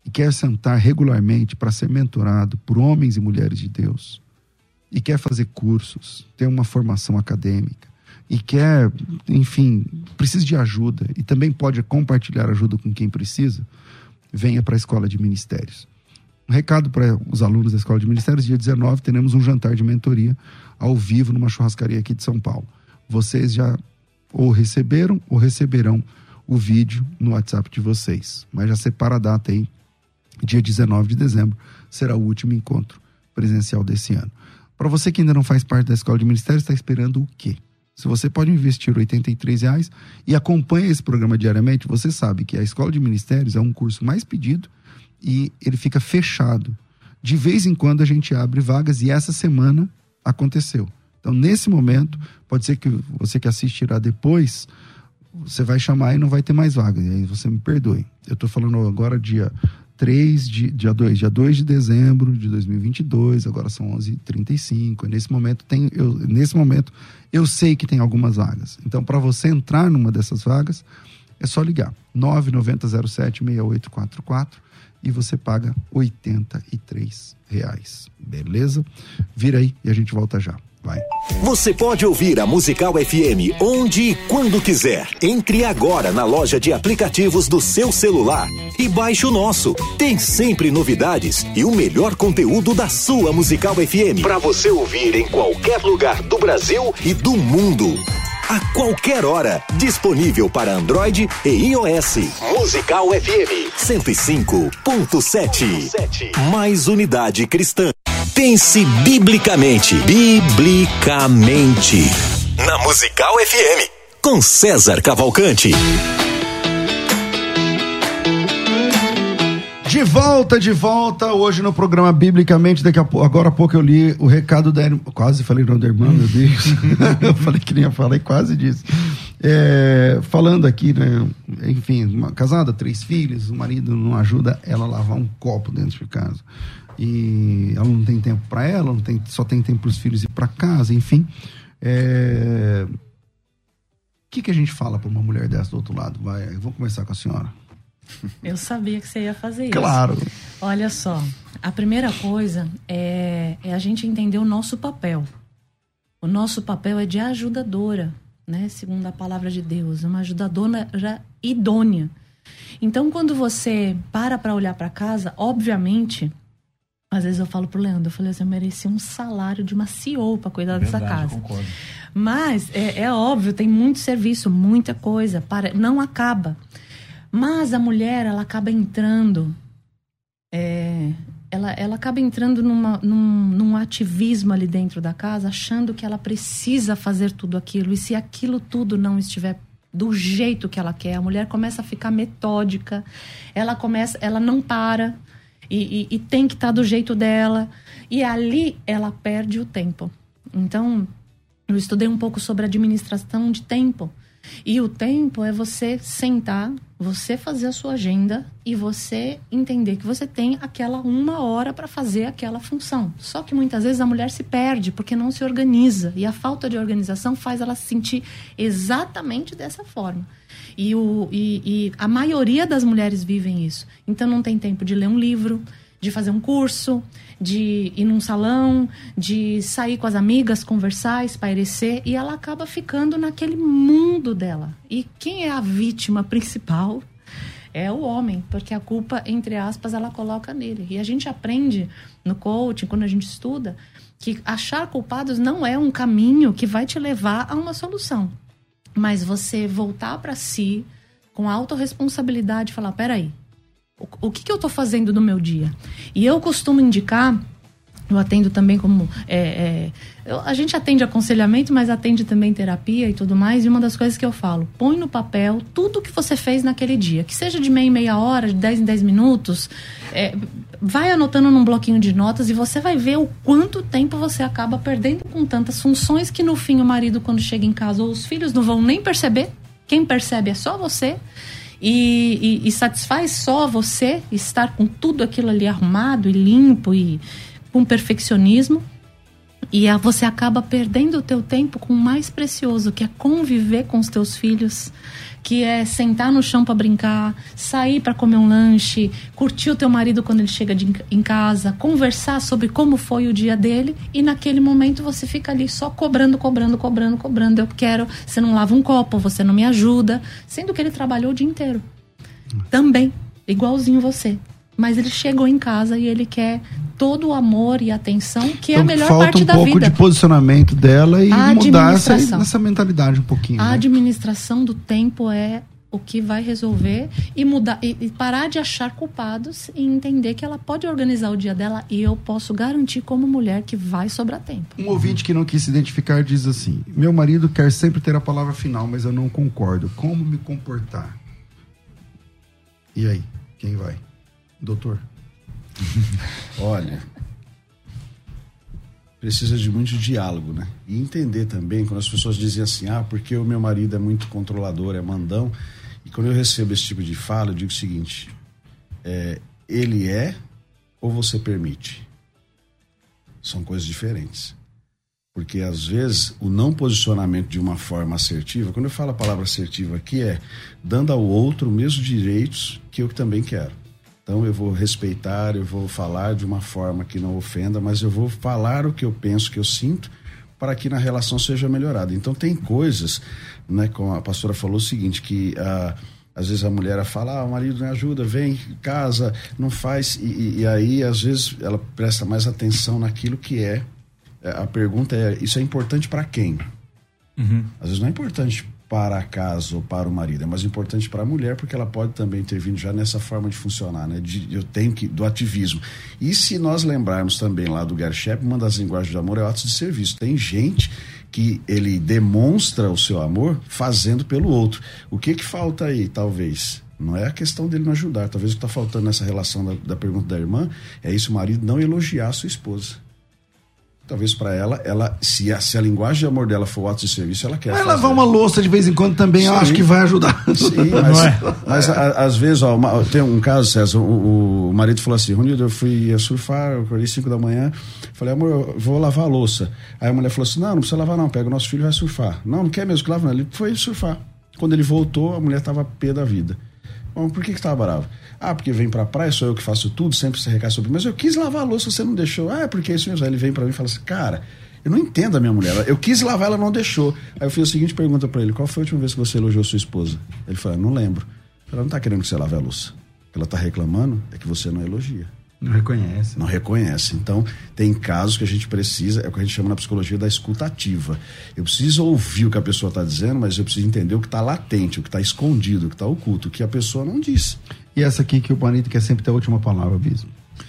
[SPEAKER 2] e quer sentar regularmente para ser mentorado por homens e mulheres de Deus, e quer fazer cursos, ter uma formação acadêmica, e quer, enfim, precisa de ajuda, e também pode compartilhar ajuda com quem precisa, venha para a Escola de Ministérios. Um recado para os alunos da Escola de Ministérios: dia dezenove teremos um jantar de mentoria ao vivo numa churrascaria aqui de São Paulo. Vocês já ou receberam ou receberão o vídeo no WhatsApp de vocês, mas já separa a data aí. Dia dezenove de dezembro será o último encontro presencial desse ano. Para você que ainda não faz parte da Escola de Ministérios, está esperando o quê? Se você pode investir oitenta e três reais e acompanha esse programa diariamente, você sabe que a Escola de Ministérios é um curso mais pedido e ele fica fechado. De vez em quando a gente abre vagas e essa semana aconteceu. Então, nesse momento, pode ser que você que assistirá depois, você vai chamar e não vai ter mais vagas. E aí você me perdoe. Eu estou falando agora dia três, de, dia dois, dia dois de dezembro de dois mil e vinte e dois, agora são onze e trinta e cinco. Nesse momento, tem, eu, nesse momento, eu sei que tem algumas vagas. Então, para você entrar numa dessas vagas, é só ligar. nove nove zero zero sete seis oito quatro quatro e você paga oitenta e três reais. Beleza? Vira aí e a gente volta já. Vai.
[SPEAKER 1] Você pode ouvir a Musical F M onde e quando quiser. Entre agora na loja de aplicativos do seu celular e baixe o nosso. Tem sempre novidades e o melhor conteúdo da sua Musical F M para você ouvir em qualquer lugar do Brasil e do mundo. A qualquer hora, disponível para Android e iOS. Musical F M cento e cinco ponto sete. Mais unidade cristã. Pense biblicamente. Biblicamente. Na Musical F M. Com César Cavalcante.
[SPEAKER 2] De volta, de volta, hoje no programa Biblicamente. Daqui a pouco, agora há pouco eu li o recado da irmã. Quase falei não da irmã, meu Deus. Eu falei que nem ia falar e quase disse. É, falando aqui, né? Enfim, uma casada, três filhos, o marido não ajuda ela a lavar um copo dentro de casa. E ela não tem tempo para ela, não tem, só tem tempo para os filhos ir para casa, enfim. É... O que, que a gente fala para uma mulher dessa do outro lado? Vai, eu vou começar com a senhora.
[SPEAKER 5] Eu sabia que você ia fazer isso.
[SPEAKER 2] Claro.
[SPEAKER 5] Olha só, a primeira coisa é, é a gente entender o nosso papel. O nosso papel é de ajudadora, né? Segundo a palavra de Deus, uma ajudadora idônea. Então, quando você para para olhar para casa, obviamente, às vezes eu falo pro Leandro, eu falei assim, eu merecia um salário de uma C E O para cuidar dessa
[SPEAKER 4] Verdade,
[SPEAKER 5] casa.
[SPEAKER 4] Concordo.
[SPEAKER 5] Mas, é, é óbvio, tem muito serviço, muita coisa, para, não acaba. Mas a mulher, ela acaba entrando, é, ela, ela acaba entrando numa, num, num ativismo ali dentro da casa, achando que ela precisa fazer tudo aquilo. E se aquilo tudo não estiver do jeito que ela quer, a mulher começa a ficar metódica, ela, começa, ela não para e, e, e tem que estar do jeito dela. E ali ela perde o tempo. Então, eu estudei um pouco sobre administração de tempo. E o tempo é você sentar, você fazer a sua agenda e você entender que você tem aquela uma hora para fazer aquela função. Só que muitas vezes a mulher se perde porque não se organiza. E a falta de organização faz ela se sentir exatamente dessa forma. E, o, e, e a maioria das mulheres vivem isso. Então não tem tempo de ler um livro, de fazer um curso, de ir num salão, de sair com as amigas, conversar, espairecer, e ela acaba ficando naquele mundo dela. E quem é a vítima principal é o homem, porque a culpa, entre aspas, ela coloca nele. E a gente aprende no coaching, quando a gente estuda, que achar culpados não é um caminho que vai te levar a uma solução. Mas você voltar para si, com autorresponsabilidade, e falar, peraí, o que, que eu estou fazendo no meu dia? E eu costumo indicar, eu atendo também como... É, é, eu, a gente atende aconselhamento, mas atende também terapia e tudo mais. E uma das coisas que eu falo, põe no papel tudo que você fez naquele dia. Que seja de meia em meia hora, de dez em dez minutos. É, vai anotando num bloquinho de notas e você vai ver o quanto tempo você acaba perdendo com tantas funções que no fim o marido, quando chega em casa, ou os filhos não vão nem perceber. Quem percebe é só você. E, e, e satisfaz só você estar com tudo aquilo ali arrumado e limpo e com perfeccionismo. E a, você acaba perdendo o teu tempo com o mais precioso, que é conviver com os teus filhos, que é sentar no chão para brincar, sair para comer um lanche, curtir o teu marido quando ele chega de, em casa, conversar sobre como foi o dia dele, e naquele momento você fica ali só cobrando, cobrando, cobrando, cobrando. Eu quero, você não lava um copo, você não me ajuda, sendo que ele trabalhou o dia inteiro. Também, igualzinho você. Mas ele chegou em casa e ele quer todo o amor e atenção, que então, é a melhor parte da vida. Falta um pouco
[SPEAKER 2] de posicionamento dela e
[SPEAKER 5] a
[SPEAKER 2] mudar essa, essa mentalidade um pouquinho.
[SPEAKER 5] A
[SPEAKER 2] né?
[SPEAKER 5] administração do tempo é o que vai resolver e mudar e, e parar de achar culpados e entender que ela pode organizar o dia dela, e eu posso garantir como mulher que vai sobrar tempo.
[SPEAKER 2] Um ouvinte que não quis se identificar diz assim: meu marido quer sempre ter a palavra final, mas eu não concordo. Como me comportar? E aí, quem vai? Doutor?
[SPEAKER 3] Olha, precisa de muito diálogo, né? E entender também, quando as pessoas dizem assim, ah, porque o meu marido é muito controlador, é mandão, e quando eu recebo esse tipo de fala, eu digo o seguinte, é, ele é ou você permite? São coisas diferentes. Porque, às vezes, o não posicionamento de uma forma assertiva, quando eu falo a palavra assertiva aqui, é dando ao outro os mesmos direitos que eu também quero. Então eu vou respeitar, eu vou falar de uma forma que não ofenda, mas eu vou falar o que eu penso, que eu sinto, para que na relação seja melhorada. Então tem coisas, né, como a pastora falou o seguinte, que ah, às vezes a mulher fala, ah, o marido me ajuda, vem, casa, não faz, e, e aí às vezes ela presta mais atenção naquilo que é. A pergunta é, isso é importante para quem? Uhum. Às vezes não é importante para a casa ou para o marido, é mais importante para a mulher, porque ela pode também ter vindo já nessa forma de funcionar, né? De, eu tenho que, do ativismo. E se nós lembrarmos também lá do Gary Chapman, uma das linguagens de amor é atos de serviço. Tem gente que ele demonstra o seu amor fazendo pelo outro. O que que falta aí, talvez? Não é a questão dele não ajudar, talvez o que está faltando nessa relação da, da pergunta da irmã é isso, o marido não elogiar a sua esposa. Talvez para ela, ela se, a, se a linguagem de amor dela for o ato de serviço, ela quer
[SPEAKER 2] Vai
[SPEAKER 3] fazer.
[SPEAKER 2] lavar uma louça de vez em quando também, sim, eu acho que vai ajudar.
[SPEAKER 3] Sim, mas, é. mas a, às vezes, ó, uma, tem um caso, César, o, o marido falou assim, Ronildo, eu fui surfar, eu acordei cinco da manhã, falei, amor, eu vou lavar a louça. Aí a mulher falou assim, não, não precisa lavar não, pega o nosso filho e vai surfar. Não, não quer mesmo que lave não, ele foi surfar. Quando ele voltou, a mulher estava pé da vida. Bom, por que que estava bravo? Ah, porque vem pra praia, sou eu que faço tudo, sempre se recai sobre mim, mas eu quis lavar a louça, você não deixou. Ah, é porque é isso mesmo. Aí ele vem pra mim e fala assim, cara, eu não entendo a minha mulher, eu quis lavar, ela não deixou. Aí eu fiz a seguinte pergunta pra ele, qual foi a última vez que você elogiou sua esposa? Ele falou, não lembro. Ela não tá querendo que você lave a louça. O que ela tá reclamando é que você não elogia.
[SPEAKER 2] Não reconhece.
[SPEAKER 3] Não reconhece. Então, tem casos que a gente precisa, é o que a gente chama na psicologia da escuta ativa. Eu preciso ouvir o que a pessoa está dizendo, mas eu preciso entender o que está latente, o que está escondido, o que está oculto, o que a pessoa não disse.
[SPEAKER 2] E essa aqui que o marido quer sempre ter a última palavra, Bispo?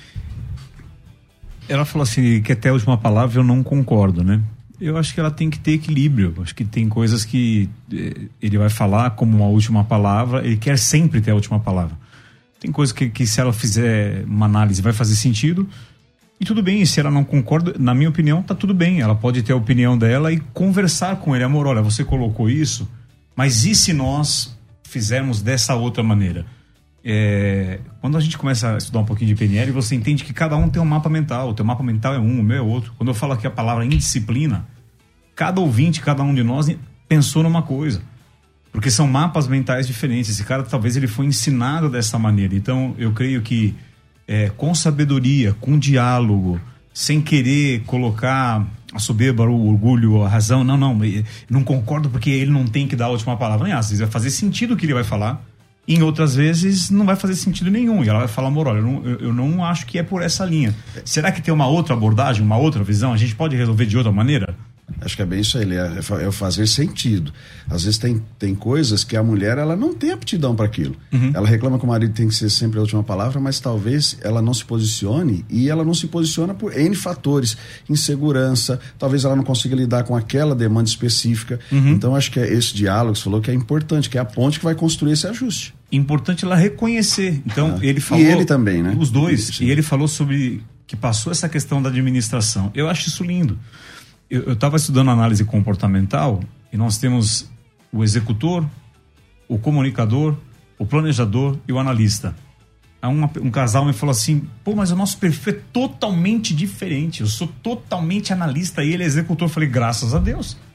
[SPEAKER 4] Ela falou assim, quer ter a última palavra, eu não concordo, né? Eu acho que ela tem que ter equilíbrio. Acho que tem coisas que ele vai falar como uma última palavra, ele quer sempre ter a última palavra. Tem coisas que, que se ela fizer uma análise vai fazer sentido, e tudo bem, se ela não concorda, na minha opinião, tá tudo bem, ela pode ter a opinião dela e conversar com ele, amor, olha, você colocou isso, mas e se nós fizermos dessa outra maneira? É, quando a gente começa a estudar um pouquinho de P N L, você entende que cada um tem um mapa mental, o teu mapa mental é um, o meu é outro. Quando eu falo aqui a palavra indisciplina, cada ouvinte, cada um de nós pensou numa coisa. Porque são mapas mentais diferentes. Esse cara, talvez, ele foi ensinado dessa maneira. Então, eu creio que é, com sabedoria, com diálogo, sem querer colocar a soberba, o orgulho, a razão, não, não, não concordo porque ele não tem que dar a última palavra. Às vezes vai fazer sentido o que ele vai falar, em outras vezes não vai fazer sentido nenhum. E ela vai falar, amor, olha, eu não, eu, eu não acho que é por essa linha. Será que tem uma outra abordagem, uma outra visão? A gente pode resolver de outra maneira?
[SPEAKER 3] Acho que é bem isso aí, é, é fazer sentido. Às vezes tem, tem coisas que a mulher ela não tem aptidão para aquilo. Uhum. Ela reclama que o marido tem que ser sempre a última palavra, mas talvez ela não se posicione, e ela não se posiciona por N fatores. Insegurança, talvez ela não consiga lidar com aquela demanda específica. Uhum. Então acho que é esse diálogo que você falou que é importante, que é a ponte que vai construir esse ajuste.
[SPEAKER 4] Importante ela reconhecer. Então
[SPEAKER 3] ah.
[SPEAKER 4] ele falou...
[SPEAKER 3] E ele também, né?
[SPEAKER 4] Os dois.
[SPEAKER 3] Sim.
[SPEAKER 4] E ele falou sobre que passou essa questão da administração. Eu acho isso lindo. Eu estava estudando análise comportamental e nós temos o executor, o comunicador, o planejador e o analista. Aí uma, um casal me falou assim, pô, mas o nosso perfil é totalmente diferente, eu sou totalmente analista e ele é executor. Eu falei, graças a Deus.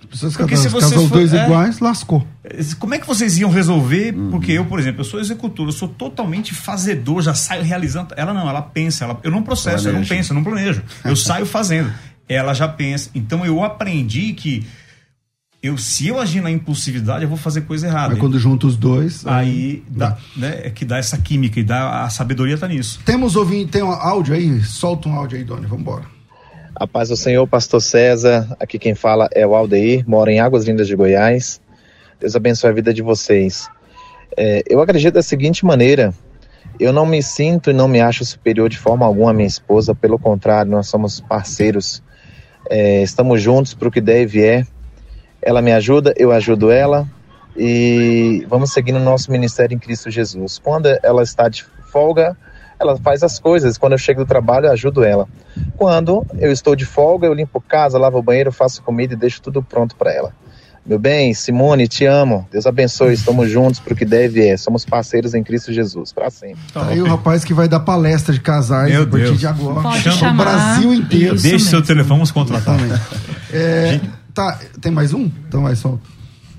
[SPEAKER 2] Vocês
[SPEAKER 4] Porque
[SPEAKER 2] casam,
[SPEAKER 4] se vocês
[SPEAKER 2] casam os
[SPEAKER 4] for-
[SPEAKER 2] dois
[SPEAKER 4] é.
[SPEAKER 2] iguais, lascou.
[SPEAKER 4] Como é que vocês iam resolver? Porque eu, por exemplo, eu sou executor, eu sou totalmente fazedor, já saio realizando. Ela não, ela pensa, ela, eu não processo,
[SPEAKER 3] Planeja.
[SPEAKER 4] eu não penso, eu não planejo. Eu saio fazendo. Ela já pensa. Então eu aprendi que eu, se eu agir na impulsividade, eu vou fazer coisa errada.
[SPEAKER 2] Mas quando junta os dois.
[SPEAKER 4] Aí dá, né, é que dá essa química e dá, a sabedoria tá nisso.
[SPEAKER 2] Temos ouvinte, tem um áudio aí? Solta um áudio aí, Doni, vamos embora.
[SPEAKER 6] A paz do Senhor, pastor César, aqui quem fala é o Aldeir, moro em Águas Lindas de Goiás. Deus abençoe a vida de vocês. É, eu acredito da seguinte maneira, eu não me sinto e não me acho superior de forma alguma à minha esposa, pelo contrário, nós somos parceiros, é, estamos juntos para o que der e vier. Ela me ajuda, eu ajudo ela e vamos seguir no nosso ministério em Cristo Jesus. Quando ela está de folga, ela faz as coisas. Quando eu chego do trabalho, eu ajudo ela. Quando eu estou de folga, eu limpo casa, lavo o banheiro, faço comida e deixo tudo pronto para ela. Meu bem, Simone, te amo. Deus abençoe, estamos juntos para o que deve e é. Somos parceiros em Cristo Jesus, para sempre.
[SPEAKER 2] Tá aí o rapaz que vai dar palestra de casais
[SPEAKER 4] Meu
[SPEAKER 2] a partir
[SPEAKER 4] Deus.
[SPEAKER 2] de agora.
[SPEAKER 5] Pode
[SPEAKER 2] Chama
[SPEAKER 5] chamar.
[SPEAKER 2] o Brasil inteiro.
[SPEAKER 5] Isso
[SPEAKER 4] Deixe seu
[SPEAKER 5] mesmo.
[SPEAKER 4] telefone, vamos contratar.
[SPEAKER 2] Exatamente. É, tá, tem mais um? Então vai, solta.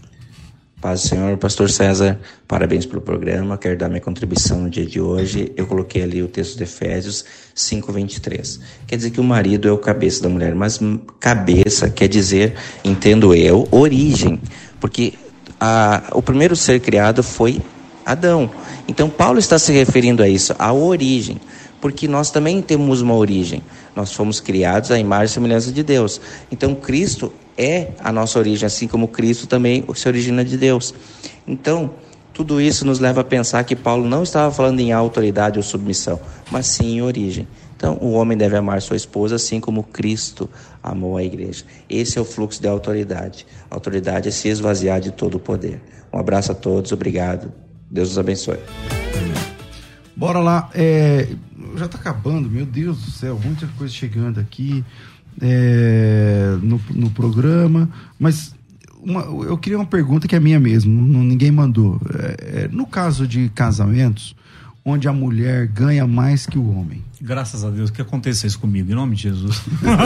[SPEAKER 7] Paz do Senhor, pastor César, parabéns pelo programa, quero dar minha contribuição no dia de hoje. Eu coloquei ali o texto de Efésios cinco, vinte e três. Quer dizer que o marido é o cabeça da mulher, mas cabeça quer dizer, entendo eu, origem, porque a, o primeiro ser criado foi Adão. Então Paulo está se referindo a isso, a origem, porque nós também temos uma origem, nós fomos criados à imagem e semelhança de Deus. Então Cristo é a nossa origem, assim como Cristo também se origina de Deus. Então, tudo isso nos leva a pensar que Paulo não estava falando em autoridade ou submissão, mas sim em origem. Então, o homem deve amar sua esposa assim como Cristo amou a igreja. Esse é o fluxo de autoridade. A autoridade é se esvaziar de todo o poder. Um abraço a todos, obrigado. Deus os abençoe.
[SPEAKER 2] Bora lá. É, já tá acabando, meu Deus do céu, muita coisa chegando aqui. É, no, no programa, mas uma, eu queria uma pergunta que é minha mesmo, não, ninguém mandou. É, é, no caso de casamentos onde a mulher ganha mais que o homem.
[SPEAKER 4] Graças a Deus que aconteça isso comigo, em nome de Jesus.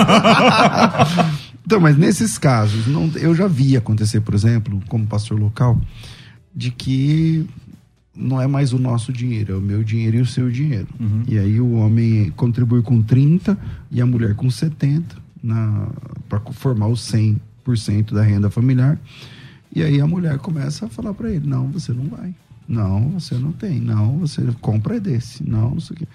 [SPEAKER 2] Então, mas nesses casos, não, eu já vi acontecer, por exemplo, como pastor local, de que não é mais o nosso dinheiro, é o meu dinheiro e o seu dinheiro. Uhum. E aí o homem contribui com trinta e a mulher com setenta para formar os cem por cento da renda familiar. E aí a mulher começa a falar para ele, não, você não vai. Não, você não tem. Não, você compra desse. Não, não sei o quê.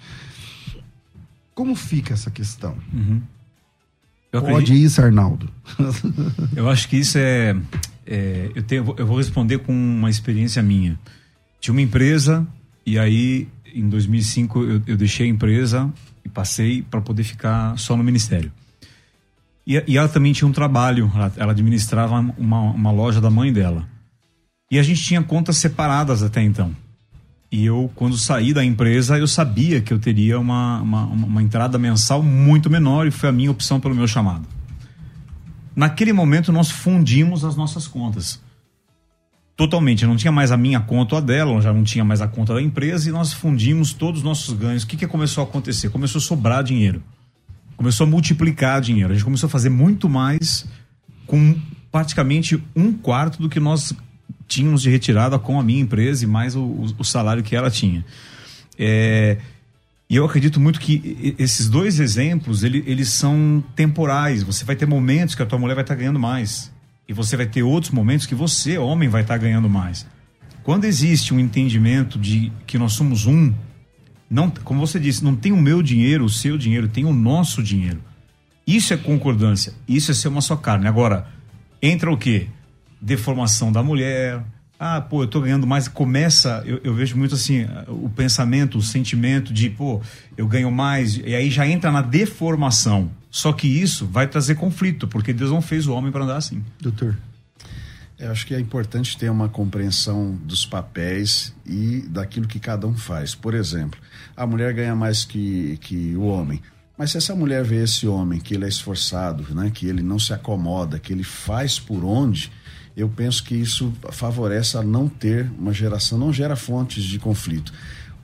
[SPEAKER 2] Como fica essa questão?
[SPEAKER 4] Uhum. Eu
[SPEAKER 2] Pode
[SPEAKER 4] acredito...
[SPEAKER 2] isso, Arnaldo?
[SPEAKER 4] Eu acho que isso é... é eu, tenho, eu vou responder com uma experiência minha. Tinha uma empresa e aí em dois mil e cinco eu, eu deixei a empresa e passei para poder ficar só no ministério. E, e ela também tinha um trabalho, ela, ela administrava uma, uma loja da mãe dela. E a gente tinha contas separadas até então. E eu, quando saí da empresa, eu sabia que eu teria uma, uma, uma entrada mensal muito menor e foi a minha opção pelo meu chamado. Naquele momento nós fundimos as nossas contas. Totalmente, eu não tinha mais a minha conta ou a dela, já não tinha mais a conta da empresa e nós fundimos todos os nossos ganhos. O que, que começou a acontecer? Começou a sobrar dinheiro. Começou a multiplicar dinheiro. A gente começou a fazer muito mais com praticamente um quarto do que nós tínhamos de retirada com a minha empresa e mais o, o, o salário que ela tinha. É, e eu acredito muito que esses dois exemplos, ele, eles são temporais. Você vai ter momentos que a tua mulher vai estar ganhando mais. E você vai ter outros momentos que você, homem, vai estar ganhando mais. Quando existe um entendimento de que nós somos um, não, como você disse, não tem o meu dinheiro, o seu dinheiro, tem o nosso dinheiro. Isso é concordância, isso é ser uma só carne. Agora, entra o quê? Deformação da mulher. Ah, pô, eu tô ganhando mais. Começa, eu, eu vejo muito assim, o pensamento, o sentimento de, pô, eu ganho mais. E aí já entra na deformação. Só que isso vai trazer conflito, porque Deus não fez o homem para andar assim.
[SPEAKER 2] Doutor?
[SPEAKER 3] Eu acho que é importante ter uma compreensão dos papéis e daquilo que cada um faz. Por exemplo, a mulher ganha mais que, que o homem. Mas se essa mulher vê esse homem, que ele é esforçado, né, que ele não se acomoda, que ele faz por onde, eu penso que isso favorece a não ter uma geração, não gera fontes de conflito.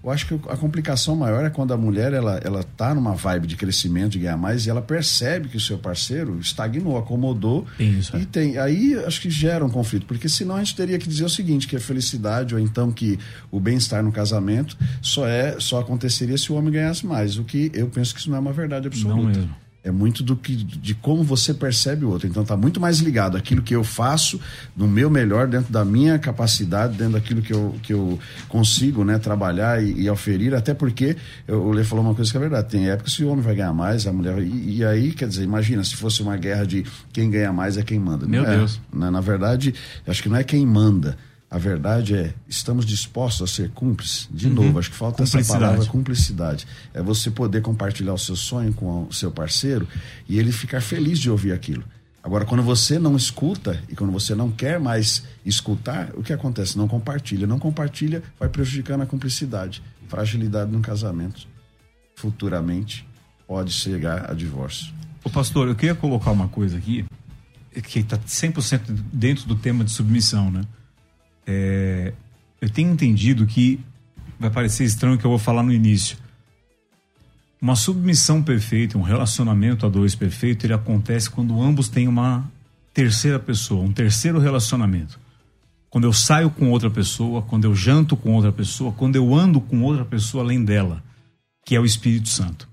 [SPEAKER 3] Eu acho que a complicação maior é quando a mulher ela, ela tá numa vibe de crescimento, de ganhar mais, e ela percebe que o seu parceiro estagnou, acomodou.
[SPEAKER 4] Isso,
[SPEAKER 3] e
[SPEAKER 4] é.
[SPEAKER 3] tem. Aí acho que gera um conflito, porque senão a gente teria que dizer o seguinte, que a felicidade ou então que o bem-estar no casamento só, é, só aconteceria se o homem ganhasse mais. O que eu penso que isso não é uma verdade absoluta.
[SPEAKER 4] Não mesmo.
[SPEAKER 3] É muito do que, de como você percebe o outro. Então tá muito mais ligado àquilo que eu faço no meu melhor, dentro da minha capacidade, dentro daquilo que eu, que eu consigo, né, trabalhar e, e oferir, até porque eu, o Lê falou uma coisa que é verdade, tem épocas que o homem vai ganhar mais, a mulher, e, e aí, quer dizer, imagina se fosse uma guerra de quem ganha mais é quem manda.
[SPEAKER 4] Meu
[SPEAKER 3] não é,
[SPEAKER 4] Deus.
[SPEAKER 3] na, na verdade, acho que não é quem manda. A verdade é, estamos dispostos a ser cúmplices? De
[SPEAKER 4] uhum.
[SPEAKER 3] novo, acho que falta essa palavra cumplicidade. É você poder compartilhar o seu sonho com o seu parceiro e ele ficar feliz de ouvir aquilo. Agora, quando você não escuta e quando você não quer mais escutar, o que acontece? Não compartilha. Não compartilha, vai prejudicando a cumplicidade. Fragilidade no casamento. Futuramente pode chegar a divórcio.
[SPEAKER 4] Ô pastor, eu queria colocar uma coisa aqui que está cem por cento dentro do tema de submissão, né? É, eu tenho entendido que vai parecer estranho o que eu vou falar no início. Uma submissão perfeita, um relacionamento a dois perfeito, ele acontece quando ambos têm uma terceira pessoa, um terceiro relacionamento. Quando eu saio com outra pessoa, quando eu janto com outra pessoa, quando eu ando com outra pessoa além dela, que é o Espírito Santo.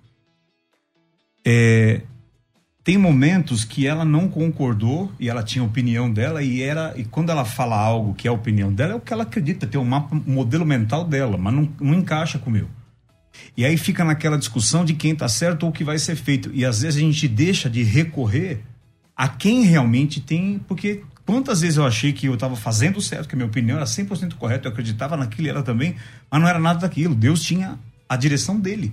[SPEAKER 4] É... Tem momentos que ela não concordou e ela tinha a opinião dela e era e quando ela fala algo que é a opinião dela, é o que ela acredita, tem um mapa, um modelo mental dela, mas não, não encaixa com o meu. E aí fica naquela discussão de quem está certo ou o que vai ser feito. E às vezes a gente deixa de recorrer a quem realmente tem, porque quantas vezes eu achei que eu estava fazendo certo, que a minha opinião era cem por cento correta, eu acreditava naquilo e ela também, mas não era nada daquilo. Deus tinha a direção dele.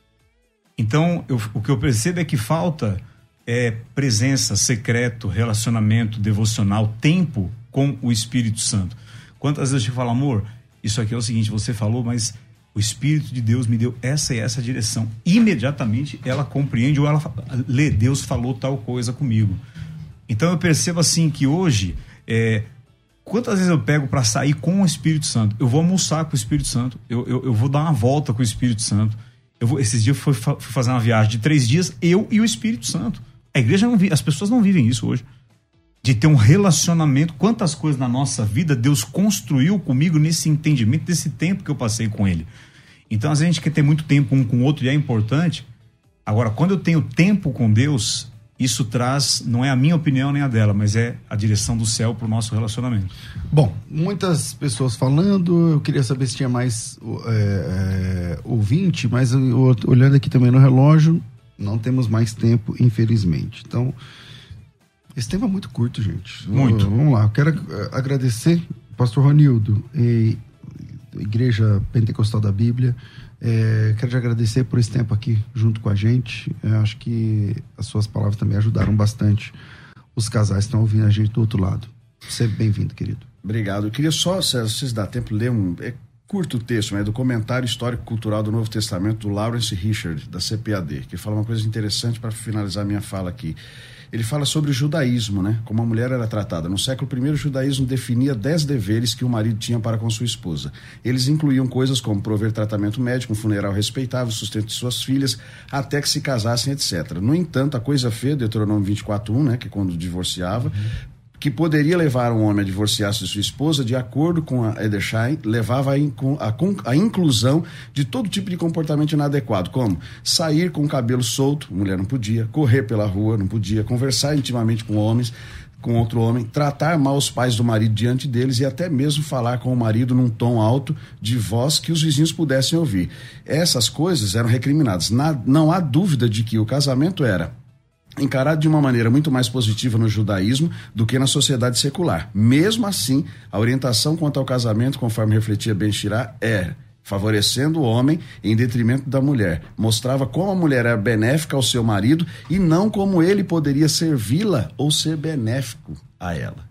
[SPEAKER 4] Então, eu, o que eu percebo é que falta é presença, secreto, relacionamento, devocional, tempo com o Espírito Santo. Quantas vezes eu te falo, amor, isso aqui é o seguinte, você falou, mas o Espírito de Deus me deu essa e essa direção. Imediatamente ela compreende ou ela lê, Deus falou tal coisa comigo. Então eu percebo assim que hoje, é, quantas vezes eu pego para sair com o Espírito Santo? Eu vou almoçar com o Espírito Santo, eu, eu, eu vou dar uma volta com o Espírito Santo. Eu vou, esses dias eu fui, fui fazer uma viagem de três dias, eu e o Espírito Santo. A igreja não vive, as pessoas não vivem isso hoje. De ter um relacionamento, quantas coisas na nossa vida Deus construiu comigo nesse entendimento, desse tempo que eu passei com Ele. Então, às vezes a gente quer ter muito tempo um com o outro e é importante. Agora, quando eu tenho tempo com Deus, isso traz, não é a minha opinião nem a dela, mas é a direção do céu para o nosso relacionamento.
[SPEAKER 2] Bom, muitas pessoas falando, eu queria saber se tinha mais é, é, ouvinte, mas eu, olhando aqui também no relógio, não temos mais tempo, infelizmente. Então, esse tempo é muito curto, gente.
[SPEAKER 4] Muito.
[SPEAKER 2] Vamos lá, eu quero agradecer, pastor Ronildo, e Igreja Pentecostal da Bíblia. É, quero te agradecer por esse tempo aqui junto com a gente. Eu acho que as suas palavras também ajudaram bastante os casais que estão ouvindo a gente do outro lado. Seja bem-vindo, querido.
[SPEAKER 3] Obrigado. Eu queria só, se vocês dá tempo, ler um... É curto texto, mas é do Comentário Histórico Cultural do Novo Testamento, do Lawrence Richard, da C P A D, que fala uma coisa interessante para finalizar minha fala aqui. Ele fala sobre o judaísmo, né? Como a mulher era tratada. No século primeiro, o judaísmo definia dez deveres que o marido tinha para com sua esposa. Eles incluíam coisas como prover tratamento médico, um funeral respeitável, sustento de suas filhas, até que se casassem, etcétera. No entanto, a coisa feia, Deuteronômio vinte e quatro, um, né? Que quando divorciava, uhum. que poderia levar um homem a divorciar-se de sua esposa, de acordo com a Edersheim, levava a, incu- a, a inclusão de todo tipo de comportamento inadequado, como sair com o cabelo solto, mulher não podia, correr pela rua, não podia, conversar intimamente com homens, com outro homem, tratar mal os pais do marido diante deles e até mesmo falar com o marido num tom alto de voz que os vizinhos pudessem ouvir. Essas coisas eram recriminadas. Na, não há dúvida de que o casamento era encarado de uma maneira muito mais positiva no judaísmo do que na sociedade secular. Mesmo assim, a orientação quanto ao casamento, conforme refletia Ben Shirah, era favorecendo o homem em detrimento da mulher. Mostrava como a mulher era benéfica ao seu marido e não como ele poderia servi-la ou ser benéfico a ela.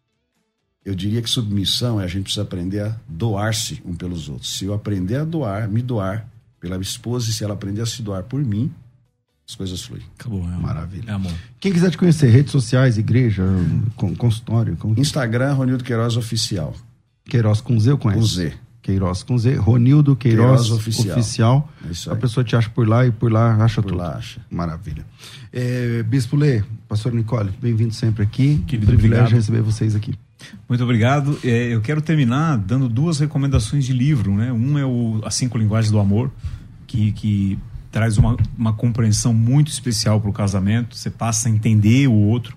[SPEAKER 3] Eu diria que submissão é a gente precisa aprender a doar-se um pelos outros. Se eu aprender a doar, me doar pela minha esposa, e se ela aprender a se doar por mim, as coisas fluem.
[SPEAKER 4] Acabou, é
[SPEAKER 2] maravilha.
[SPEAKER 4] É amor.
[SPEAKER 2] Quem quiser te conhecer, redes sociais, igreja, consultório. Como...
[SPEAKER 3] Instagram, Ronildo Queiroz Oficial.
[SPEAKER 2] Queiroz com Z ou com S?
[SPEAKER 3] Com Z.
[SPEAKER 2] Queiroz com Z, Ronildo Queiroz, Queiroz Oficial. Oficial. A pessoa te acha por lá e por lá acha por tudo. Lá acha. Maravilha. É, Bispo Lê, pastor Nicole, bem-vindo sempre aqui. Que privilégio obrigado. Receber vocês aqui.
[SPEAKER 4] Muito obrigado. É, eu quero terminar dando duas recomendações de livro, né? Um é o As Cinco Linguagens do Amor, que, que traz uma, uma compreensão muito especial para o casamento. Você passa a entender o outro.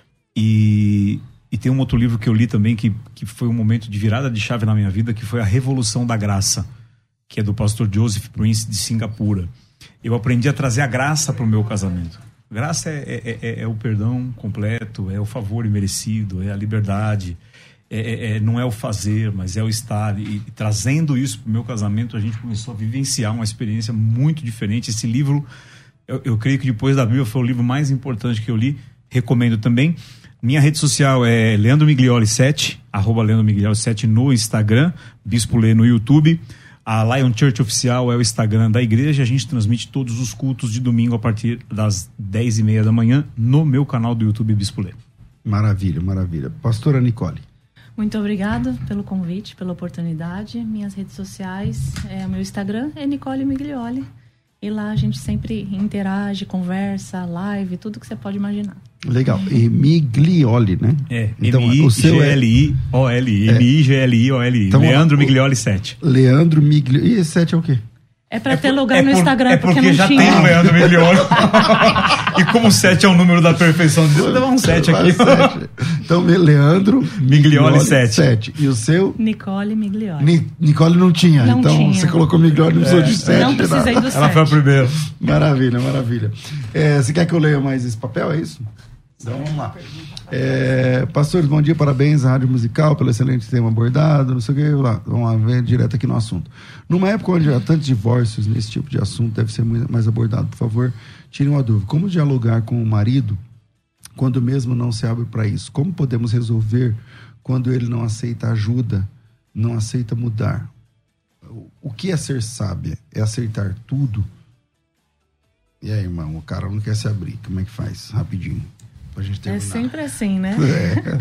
[SPEAKER 4] E... E tem um outro livro que eu li também que, que foi um momento de virada de chave na minha vida, que foi A Revolução da Graça, que é do pastor Joseph Prince de Singapura. Eu aprendi a trazer a graça para o meu casamento. Graça é, é, é, é o perdão completo, é o favor imerecido, é a liberdade, é, é, é, não é o fazer, mas é o estar. E, e trazendo isso para o meu casamento, a gente começou a vivenciar uma experiência muito diferente. Esse livro, eu, eu creio que depois da Bíblia foi o livro mais importante que eu li, recomendo também. Minha rede social é Leandro Miglioli sete, arroba Leandro Miglioli sete no Instagram, Bispo Lê no YouTube. A Lion Church Oficial é o Instagram da igreja. A gente transmite todos os cultos de domingo a partir das dez e meia da manhã no meu canal do YouTube Bispo Lê.
[SPEAKER 2] Maravilha, maravilha. Pastora Nicole.
[SPEAKER 5] Muito obrigada pelo convite, pela oportunidade. Minhas redes sociais, é, o meu Instagram é Nicole Miglioli. E lá a gente sempre interage, conversa, live, tudo que você pode imaginar.
[SPEAKER 2] Legal. E Miglioli, né?
[SPEAKER 4] É, então, M I G L I O L I. M I G L I O L I. Então, Leandro Miglioli sete.
[SPEAKER 2] Leandro Miglioli. E esse sete é o quê?
[SPEAKER 5] É pra é ter lugar é no por, Instagram,
[SPEAKER 4] é porque,
[SPEAKER 5] porque não
[SPEAKER 4] já
[SPEAKER 5] tinha.
[SPEAKER 4] tem o Leandro Miglioli. E como sete é o número da perfeição de Deus, dá um sete aqui.
[SPEAKER 2] sete. Então, Leandro Miglioli sete. E o seu?
[SPEAKER 5] Nicole Miglioli.
[SPEAKER 2] Ni, Nicole não tinha.
[SPEAKER 5] Não
[SPEAKER 2] então,
[SPEAKER 5] tinha.
[SPEAKER 2] Você colocou Miglioli, não precisou é. de sete.
[SPEAKER 5] Não precisei do sete.
[SPEAKER 4] Ela foi a primeira.
[SPEAKER 2] Maravilha, maravilha. É, você quer que eu leia mais esse papel, é isso? Então, vamos lá. É, pastores, bom dia, parabéns à Rádio Musical pelo excelente tema abordado, não sei o que, lá, vamos lá, ver direto aqui no assunto. Numa época onde há tantos divórcios nesse tipo de assunto, deve ser mais abordado, por favor, tirem uma dúvida. Como dialogar com o marido quando mesmo não se abre para isso? Como podemos resolver quando ele não aceita ajuda, não aceita mudar? O que é ser sábia? É aceitar tudo? E aí, irmão, o cara não quer se abrir, como é que faz? Rapidinho. Pra gente terminar.
[SPEAKER 5] É sempre assim, né?
[SPEAKER 2] É.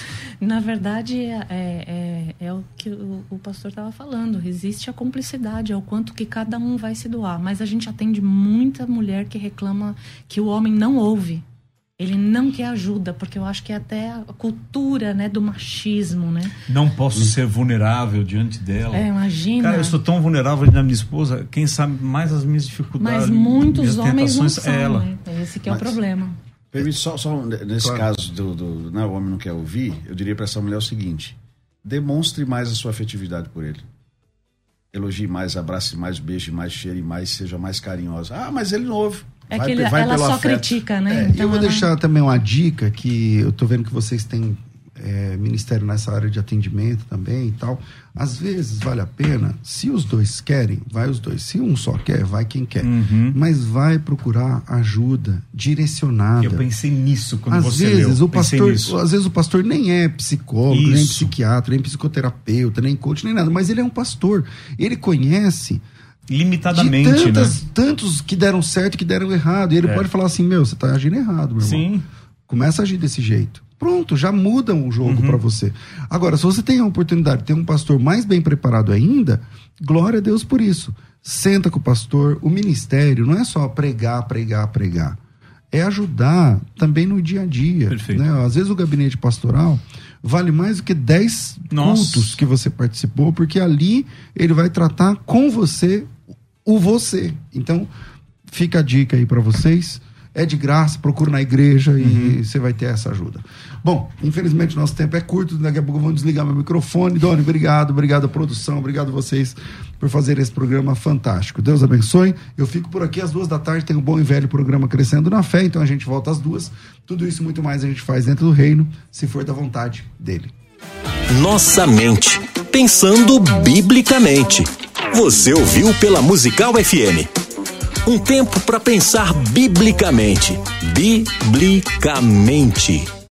[SPEAKER 5] Na verdade, é, é, é o que o, o pastor estava falando. Existe a cumplicidade, é o quanto que cada um vai se doar. Mas a gente atende muita mulher que reclama que o homem não ouve. Ele não quer ajuda, porque eu acho que é até a cultura, né, do machismo, né?
[SPEAKER 4] Não posso ser vulnerável diante dela.
[SPEAKER 5] É, imagina.
[SPEAKER 4] Cara, eu sou tão vulnerável diante da minha esposa, quem sabe mais as minhas dificuldades.
[SPEAKER 5] Mas muitos homens não são,
[SPEAKER 4] é ela.
[SPEAKER 5] Né? Esse que é
[SPEAKER 3] Mas,
[SPEAKER 5] o problema.
[SPEAKER 3] Permite só, só nesse
[SPEAKER 2] claro.
[SPEAKER 3] caso do, do né, o homem não quer ouvir, eu diria para essa mulher o seguinte: demonstre mais a sua afetividade por ele. Elogie mais, abrace mais, beije mais, cheire mais, seja mais carinhosa. Ah, mas ele não ouve.
[SPEAKER 5] É
[SPEAKER 3] vai,
[SPEAKER 5] que ele,
[SPEAKER 3] vai
[SPEAKER 5] ela só
[SPEAKER 3] afeto.
[SPEAKER 5] critica, né?
[SPEAKER 2] É,
[SPEAKER 5] então
[SPEAKER 2] eu vou
[SPEAKER 5] ela...
[SPEAKER 2] deixar também uma dica que eu tô vendo que vocês têm é, ministério nessa área de atendimento também e tal. Às vezes vale a pena, se os dois querem, vai os dois. Se um só quer, vai quem quer.
[SPEAKER 4] Uhum.
[SPEAKER 2] Mas vai procurar ajuda direcionada.
[SPEAKER 4] Eu pensei nisso quando
[SPEAKER 2] às
[SPEAKER 4] você
[SPEAKER 2] vezes,
[SPEAKER 4] leu.
[SPEAKER 2] o pastor, às vezes o pastor nem é psicólogo,
[SPEAKER 4] Isso.
[SPEAKER 2] nem psiquiatra, nem psicoterapeuta, nem coach, nem nada. Mas ele é um pastor. Ele conhece...
[SPEAKER 4] Limitadamente,
[SPEAKER 2] de tantas,
[SPEAKER 4] né?
[SPEAKER 2] tantos que deram certo e que deram errado. E ele
[SPEAKER 4] É.
[SPEAKER 2] pode falar assim, meu, você tá agindo errado, meu irmão.
[SPEAKER 4] Sim.
[SPEAKER 2] Começa a agir desse jeito. Pronto, já mudam o jogo
[SPEAKER 4] Uhum.
[SPEAKER 2] pra você. Agora, se você tem a oportunidade de ter um pastor mais bem preparado ainda, glória a Deus por isso. Senta com o pastor. O ministério não é só pregar, pregar, pregar. É ajudar também no dia a dia.
[SPEAKER 4] Perfeito.
[SPEAKER 2] Né? Às vezes o gabinete pastoral vale mais do que dez
[SPEAKER 4] Nossa.
[SPEAKER 2] cultos que você participou, porque ali ele vai tratar com você o você. Então, fica a dica aí para vocês. É de graça, procura na igreja e
[SPEAKER 4] Uhum.
[SPEAKER 2] você vai ter essa ajuda. Bom, infelizmente nosso tempo é curto, daqui a pouco vamos desligar meu microfone. Doni, obrigado, obrigado à produção, obrigado a vocês por fazer esse programa fantástico. Deus abençoe. Eu fico por aqui às duas da tarde, tem um bom e velho programa Crescendo na Fé, então a gente volta às duas. Tudo isso e muito mais a gente faz dentro do reino, se for da vontade dele.
[SPEAKER 1] Nossa mente, pensando biblicamente. Você ouviu pela Musical F M. Um tempo para pensar biblicamente. Biblicamente.